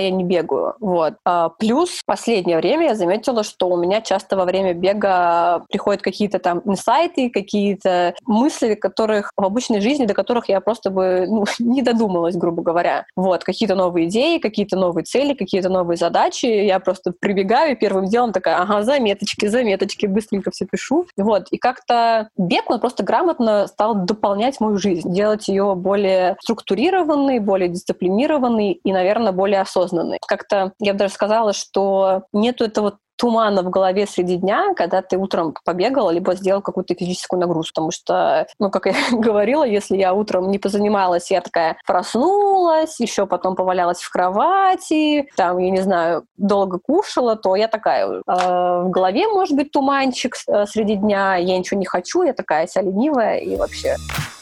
я не бегаю. Вот. А, плюс в последнее время я заметила, что у меня часто во время бега приходят какие-то там инсайты, какие-то мысли, которых в обычной жизни, до которых я просто бы ну, не додумалась, грубо говоря. Вот. Какие-то новые идеи, какие-то новые цели, какие-то новые задачи. Я просто прибегаю и первым делом такая, ага, заметочки, заметочки, быстренько все пишу. Вот. И как-то бег, он просто грамотно стал дополнять мою жизнь, делать ее более структурированной, более дисциплинированной и, наверное, более осознанной. Как-то я бы даже сказала, что нету этого тумана в голове среди дня, когда ты утром побегал, либо сделал какую-то физическую нагрузку. Потому что, ну, как я говорила, если я утром не позанималась, я такая проснулась, еще потом повалялась в кровати, там, я не знаю, долго кушала, то я такая, э, в голове может быть туманчик э, среди дня, я ничего не хочу, я такая вся ленивая и вообще...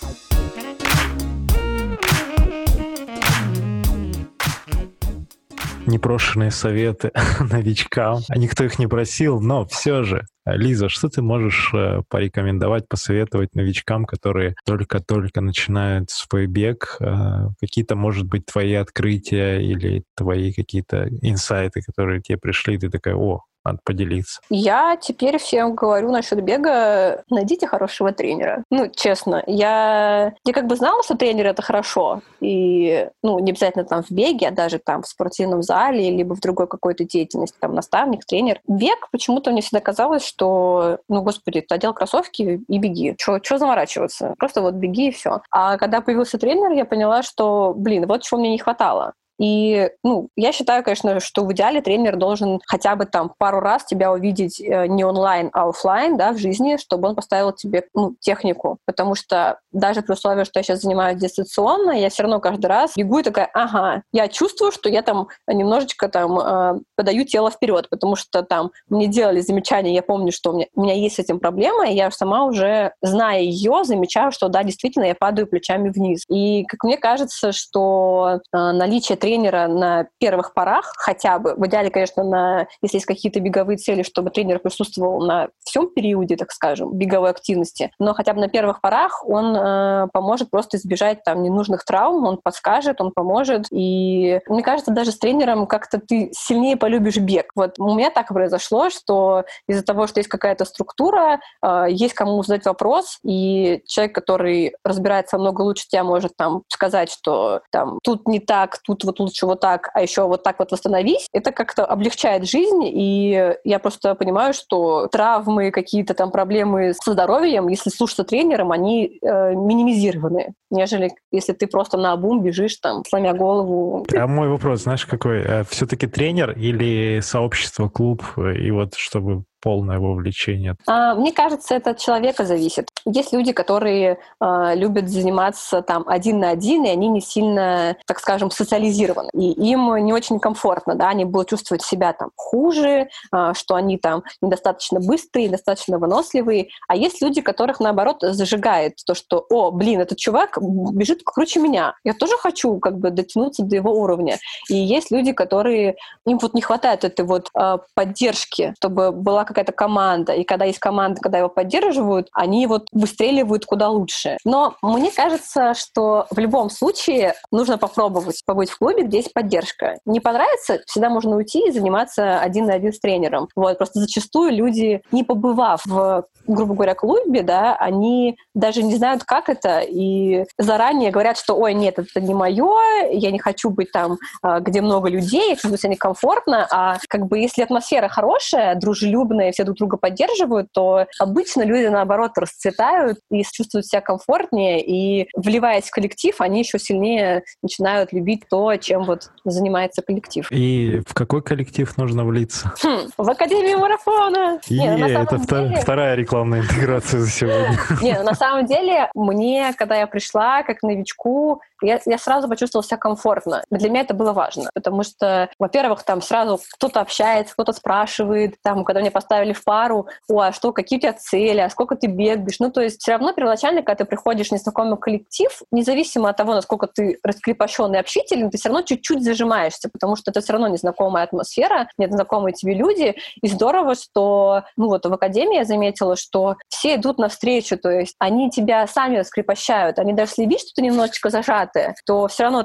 Непрошенные советы новичкам. А никто их не просил, но все же. Лиза, что ты можешь порекомендовать, посоветовать новичкам, которые только-только начинают свой бег? Какие-то, может быть, твои открытия или твои какие-то инсайты, которые тебе пришли, ты такая, о, надо поделиться. Я теперь всем говорю насчет бега, найдите хорошего тренера. Ну, честно, я, я как бы знала, что тренер — это хорошо. И, ну, не обязательно там в беге, а даже там в спортивном зале, либо в другой какой-то деятельности, там, наставник, тренер. Бег почему-то мне всегда казалось, что, ну, господи, ты одел кроссовки и беги. Чего заморачиваться? Просто вот беги и все. А когда появился тренер, я поняла, что, блин, вот чего мне не хватало. И, ну, я считаю, конечно, что в идеале тренер должен хотя бы там пару раз тебя увидеть не онлайн, а офлайн, да, в жизни, чтобы он поставил тебе, ну, технику. Потому что даже при условии, что я сейчас занимаюсь дистанционно, я все равно каждый раз бегу и такая, ага, я чувствую, что я там немножечко там э, подаю тело вперед, потому что там мне делали замечания, я помню, что у меня, у меня есть с этим проблема, и я сама уже, зная ее, замечаю, что да, действительно, я падаю плечами вниз. И, как мне кажется, что э, наличие тренера тренера на первых порах хотя бы, в идеале, конечно, на, если есть какие-то беговые цели, чтобы тренер присутствовал на всем периоде, так скажем, беговой активности, но хотя бы на первых порах он э, поможет просто избежать там ненужных травм, он подскажет, он поможет, и мне кажется, даже с тренером как-то ты сильнее полюбишь бег. Вот у меня так произошло, что из-за того, что есть какая-то структура, э, есть кому задать вопрос, и человек, который разбирается намного лучше тебя, может там сказать, что там тут не так, тут вот лучше вот так, а еще вот так вот восстановись, это как-то облегчает жизнь, и я просто понимаю, что травмы, какие-то там проблемы со здоровьем, если слушаться тренером, они э, минимизированы, нежели если ты просто наобум бежишь там, сломя голову. А мой вопрос, знаешь, какой? Все-таки тренер или сообщество, клуб, и вот чтобы полное вовлечение? А, мне кажется, это от человека зависит. Есть люди, которые а, любят заниматься там один на один, и они не сильно, так скажем, социализированы. И им не очень комфортно, да, они будут чувствовать себя там хуже, а, что они там недостаточно быстрые, недостаточно выносливые. А есть люди, которых, наоборот, зажигает то, что, о, блин, этот чувак бежит круче меня. Я тоже хочу как бы дотянуться до его уровня. И есть люди, которые, им вот не хватает этой вот а, поддержки, чтобы была какая-то команда, и когда есть команда, когда его поддерживают, они вот выстреливают куда лучше. Но мне кажется, что в любом случае нужно попробовать побыть в клубе, где есть поддержка. Не понравится, всегда можно уйти и заниматься один на один с тренером. Вот. Просто зачастую люди, не побывав в, грубо говоря, клубе, да, они даже не знают, как это, и заранее говорят, что ой, нет, это не мое, я не хочу быть там, где много людей, я чувствую себя некомфортно, а как бы если атмосфера хорошая, дружелюбная, и все друг друга поддерживают, то обычно люди, наоборот, расцветают и чувствуют себя комфортнее, и, вливаясь в коллектив, они еще сильнее начинают любить то, чем вот занимается коллектив. И в какой коллектив нужно влиться? Хм, в Академию марафона! И Не, ну, это деле... вторая рекламная интеграция за сегодня. Не, на самом деле, мне, когда я пришла как новичку, я, я сразу почувствовала себя комфортно. Для меня это было важно, потому что, во-первых, там сразу кто-то общается, кто-то спрашивает, там, когда меня поставили в пару, о, а что, какие у тебя цели, а сколько ты бегаешь? Ну, то есть все равно первоначально, когда ты приходишь в незнакомый коллектив, независимо от того, насколько ты раскрепощенный и общительный, ты все равно чуть-чуть зажимаешься, потому что это все равно незнакомая атмосфера, незнакомые тебе люди, и здорово, что, ну, вот в академии я заметила, что все идут навстречу, то есть они тебя сами раскрепощают, они даже если видят, что ты немножечко зажатая, то все равно там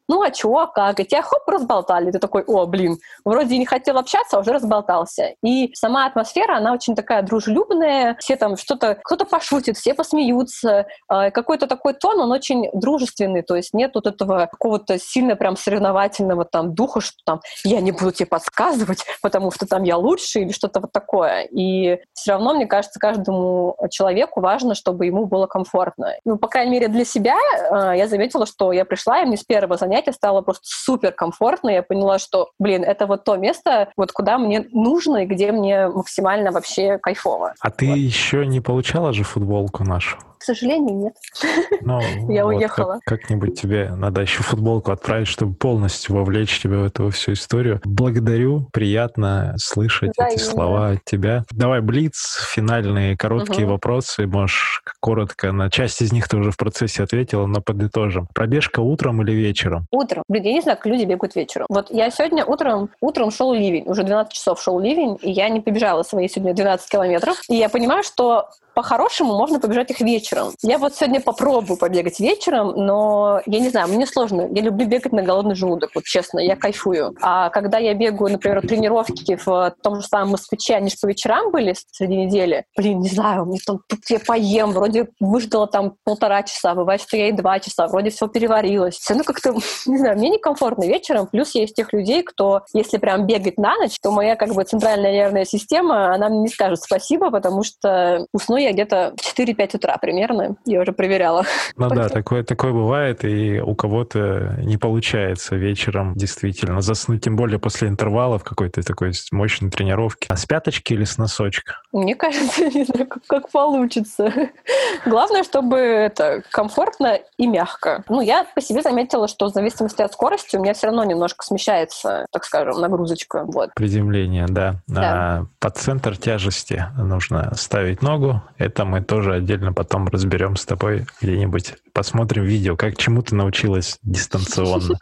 ну а чего, как? И тебя хоп, разболтали. Ты такой, о, блин, вроде не хотел общаться, а уже разболтался. И сама атмосфера, она очень такая дружелюбная, все там что-то, кто-то пошутит, все посмеются. Какой-то такой тон, он очень дружественный, то есть нет вот этого какого-то сильно прям соревновательного там духа, что там я не буду тебе подсказывать, потому что там я лучше или что-то вот такое. И все равно, мне кажется, каждому человеку важно, чтобы ему было комфортно. Ну, по крайней мере, для себя я заметила, что я пришла, и мне с первого занятия стало просто супер комфортно. Я поняла, что, блин, это вот то место, вот куда мне нужно и где мне максимально вообще кайфово. А ты вот. еще не получала же футболку нашу? К сожалению, нет. Ну, я вот уехала. Как, как-нибудь тебе надо еще футболку отправить, чтобы полностью вовлечь тебя в эту всю историю. Благодарю, приятно слышать да, эти именно. слова от тебя. Давай блиц, финальные короткие угу. вопросы. Можешь коротко, на часть из них ты уже в процессе ответила, но подытожим. Пробежка утром или вечером? Утром. Люди, я не знаю, как люди бегают вечером. Вот я сегодня утром, утром шел ливень, уже двенадцать часов шел ливень, и я не побежала свои сегодня двенадцать километров. И я понимаю, что по-хорошему можно побежать их вечером. Я вот сегодня попробую побегать вечером, но я не знаю, мне сложно. Я люблю бегать на голодный желудок, вот честно, я кайфую. А когда я бегаю, например, тренировки в том же самом «Москвиче», они же по вечерам были среди недели, блин, не знаю, мне там, тут я поем, вроде выждала там полтора часа, бывает, что я и два часа, вроде все переварилось. Все равно как-то, не знаю, мне некомфортно вечером, плюс я из тех людей, кто, если прям бегать на ночь, то моя как бы центральная нервная система, она мне не скажет спасибо, потому что усну я где-то в четыре-пять утра примерно. Я уже проверяла. Ну да, такое, такое бывает, и у кого-то не получается вечером действительно заснуть, тем более после интервалов какой-то такой мощной тренировки. А с пяточки или с носочка? Мне кажется, не знаю, как, как получится. Главное, чтобы это комфортно и мягко. Ну, я по себе заметила, что в зависимости от скорости у меня все равно немножко смещается, так скажем, нагрузочка. Вот. Приземление, да. да. А под центр тяжести нужно ставить ногу. Это мы тоже отдельно потом разберем с тобой где-нибудь. Посмотрим видео, как чему ты научилась дистанционно.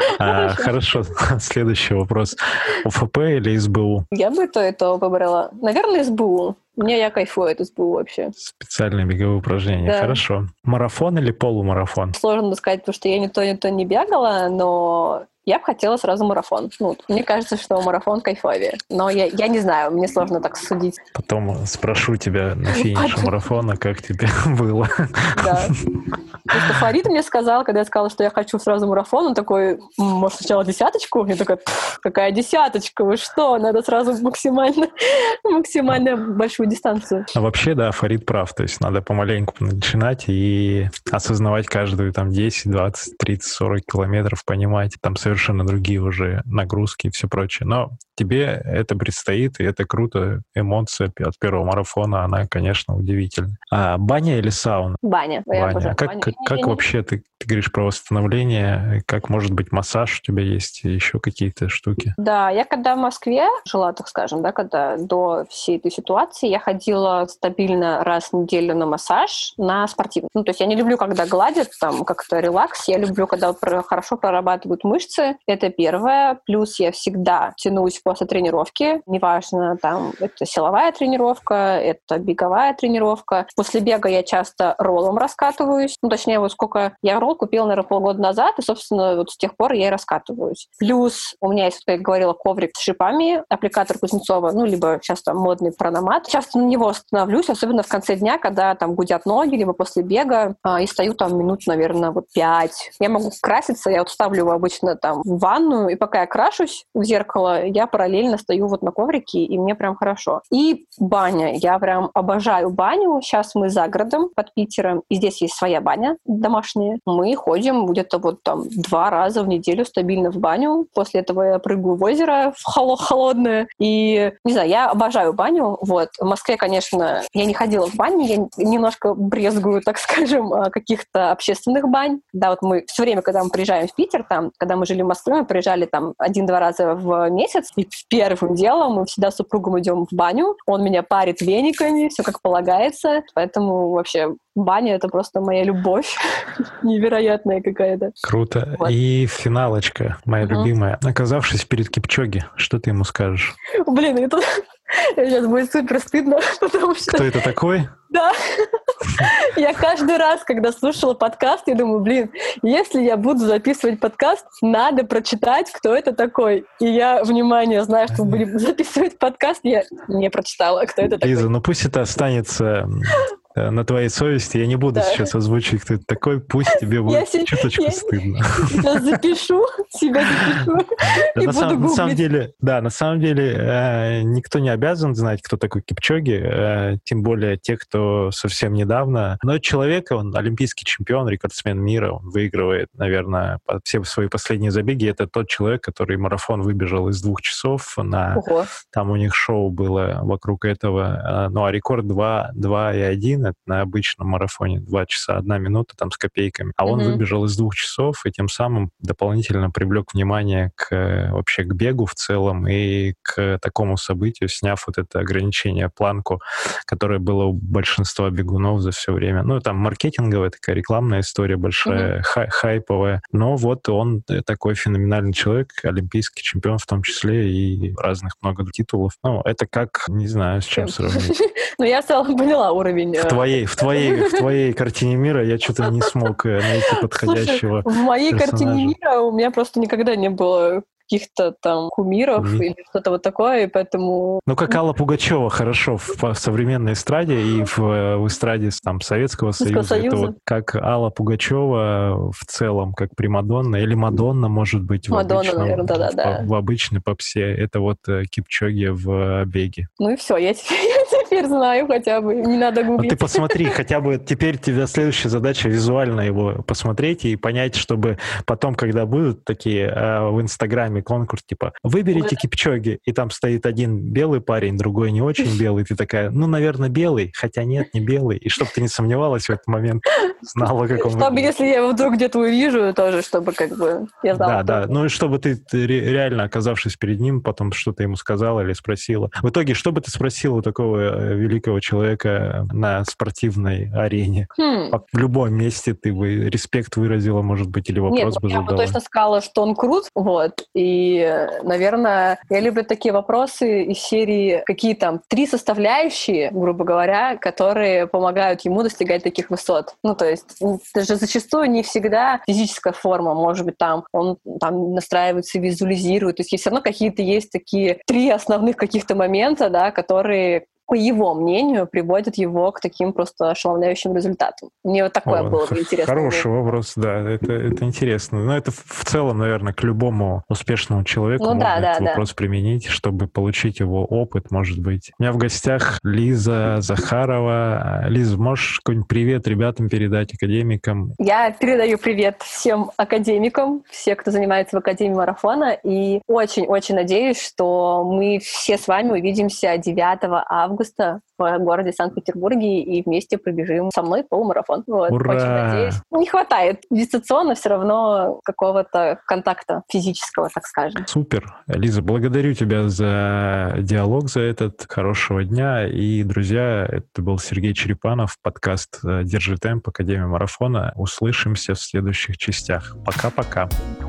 а, хорошо, следующий вопрос. ОФП или СБУ? Я бы то и то выбрала. Наверное, СБУ. Мне я кайфую от СБУ вообще. Специальные беговые упражнения. Да. Хорошо. Марафон или полумарафон? Сложно сказать, потому что я ни то, ни то не бегала, но я бы хотела сразу марафон. Ну, мне кажется, что марафон кайфовее. Но я, я не знаю, мне сложно так судить. Потом спрошу тебя на финише марафона, как тебе было. Да. Потому что Фарид мне сказал, когда я сказала, что я хочу сразу марафон, он такой, может, сначала десяточку? Я такая, какая десяточка? Вы что? Надо сразу максимально, максимально большую дистанцию. А вообще, да, Фарид прав. То есть надо помаленьку начинать и осознавать каждую там десять, двадцать, тридцать, сорок километров, понимать. Там совершенно другие уже нагрузки и все прочее. Но тебе это предстоит, и это круто. Эмоция от первого марафона, она, конечно, удивительна. А баня или сауна? Баня. Баня. А как, баня. как, как вообще ты, ты говоришь про восстановление? Как может быть массаж у тебя есть? Еще какие-то штуки? Да, я когда в Москве жила, так скажем, да, когда до всей этой ситуации, я ходила стабильно раз в неделю на массаж, на спортивный. Ну, то есть я не люблю, когда гладят, там, как-то релакс. Я люблю, когда хорошо прорабатывают мышцы. Это первое. Плюс я всегда тянусь после тренировки. Неважно, там, это силовая тренировка, это беговая тренировка. После бега я часто роллом раскатываюсь. Ну, точнее, вот сколько... Я ролл купила, наверное, полгода назад, и, собственно, вот с тех пор я и раскатываюсь. Плюс у меня есть, как я говорила, коврик с шипами, аппликатор Кузнецова, ну, либо сейчас там модный Прономат. Часто на него становлюсь, особенно в конце дня, когда там гудят ноги, либо после бега, а, и стою там минут, наверное, вот пять. Я могу краситься, я вот ставлю его обычно там в ванную, и пока я крашусь в зеркало, я параллельно стою вот на коврике, и мне прям хорошо. И баня. Я прям обожаю баню. Сейчас мы за городом под Питером, и здесь есть своя баня домашняя. Мы ходим где-то вот там два раза в неделю стабильно в баню. После этого я прыгаю в озеро в холодное. И, не знаю, я обожаю баню. Вот. В Москве, конечно, я не ходила в баню, я немножко брезгую, так скажем, каких-то общественных бань. Да, вот мы все время, когда мы приезжаем в Питер, там, когда мы жили в Москве, мы приезжали там один-два раза в месяц, и первым делом мы всегда с супругом идем в баню. Он меня парит вениками, все как полагается. Поэтому вообще баня — это просто моя любовь. Невероятная какая-то. Круто. Вот. И финалочка, моя угу. любимая. Оказавшись перед Кипчоги, что ты ему скажешь? Блин, это сейчас будет супер стыдно, потому что... Кто это такой? Да. Я каждый раз, когда слушала подкаст, я думаю, блин, если я буду записывать подкаст, надо прочитать, кто это такой. И я, внимание, знаю, что мы будем записывать подкаст, я не прочитала, кто это такой. Лиза, ну пусть это останется на твоей совести. Я не буду да. сейчас озвучивать, кто это такой. Пусть тебе будет я чуточку я стыдно. Я запишу, себя запишу и на буду самом, гуглить. На самом деле, да, на самом деле э, никто не обязан знать, кто такой Кипчоги, э, тем более те, кто совсем недавно. Но человек, он олимпийский чемпион, рекордсмен мира, он выигрывает, наверное, все свои последние забеги. Это тот человек, который марафон выбежал из двух часов. На, Ого. Там у них шоу было вокруг этого. Ну, а рекорд два, два и один на обычном марафоне два часа, одна минута там с копейками. А он mm-hmm. выбежал из двух часов и тем самым дополнительно привлек внимание к вообще к бегу в целом и к такому событию, сняв вот это ограничение, планку, которое было у большинства бегунов за все время. Ну, там маркетинговая такая рекламная история большая, mm-hmm. хай- хайповая. Но вот он такой феноменальный человек, олимпийский чемпион в том числе и разных много титулов. Ну, это как, не знаю, с чем сравнить. Ну, я в целом поняла уровень. В твоей, в твоей, в твоей картине мира я что-то не смог найти подходящего. Слушай, в моей персонажа. Картине мира у меня просто никогда не было каких-то там кумиров mm-hmm. или что-то вот такое, и поэтому... Ну, как Алла Пугачева хорошо в, в современной эстраде и в, в эстраде там, Советского Союза. Союза. Это вот как Алла Пугачева в целом, как примадонна, или Мадонна, может быть, в, Мадонна, обычном, наверное, да, да, в, да. в обычной попсе. Это вот Кипчоги в беге. Ну и все, я теперь, я теперь знаю хотя бы, не надо гуглить. Ну, ты посмотри, хотя бы теперь у тебя следующая задача визуально его посмотреть и понять, чтобы потом, когда будут такие э, в Инстаграме конкурс, типа, выберите Кипчоги, и там стоит один белый парень, другой не очень белый, ты такая, ну, наверное, белый, хотя нет, не белый, и чтобы ты не сомневалась в этот момент, знала, как он Чтобы, выглядит. Если я его вдруг где-то увижу, тоже, чтобы как бы я знала. Да, да, ну и чтобы ты, ты реально, оказавшись перед ним, потом что-то ему сказала или спросила. В итоге, что бы ты спросила у такого великого человека на спортивной арене? Хм. В любом месте ты бы респект выразила, может быть, или вопрос Нет, бы я задала? бы точно сказала, что он крут, вот, и, наверное, я люблю такие вопросы из серии, какие там три составляющие, грубо говоря, которые помогают ему достигать таких высот. Ну, то есть даже зачастую не всегда физическая форма, может быть, там он там настраивается, визуализирует, то есть все равно какие-то есть такие три основных каких-то момента, да, которые по его мнению, приводит его к таким просто ошеломляющим результатам. Мне вот такое О, было бы интересно. Хороший вопрос, да, это, это интересно. Но это в целом, наверное, к любому успешному человеку ну, можно да, этот да, вопрос да. применить, чтобы получить его опыт, может быть. У меня в гостях Лиза Захарова. Лиза, можешь какой-нибудь привет ребятам передать, академикам? Я передаю привет всем академикам, все, кто занимается в Академии марафона, и очень-очень надеюсь, что мы все с вами увидимся девятого августа в городе Санкт-Петербурге и вместе пробежим со мной полумарафон. Вот. Ура! Очень надеюсь. Не хватает дистанционно все равно какого-то контакта физического, так скажем. Супер. Лиза, благодарю тебя за диалог, за этот. Хорошего дня. И, друзья, это был Сергей Черепанов, подкаст «Держи темп», Академия марафона. Услышимся в следующих частях. Пока-пока.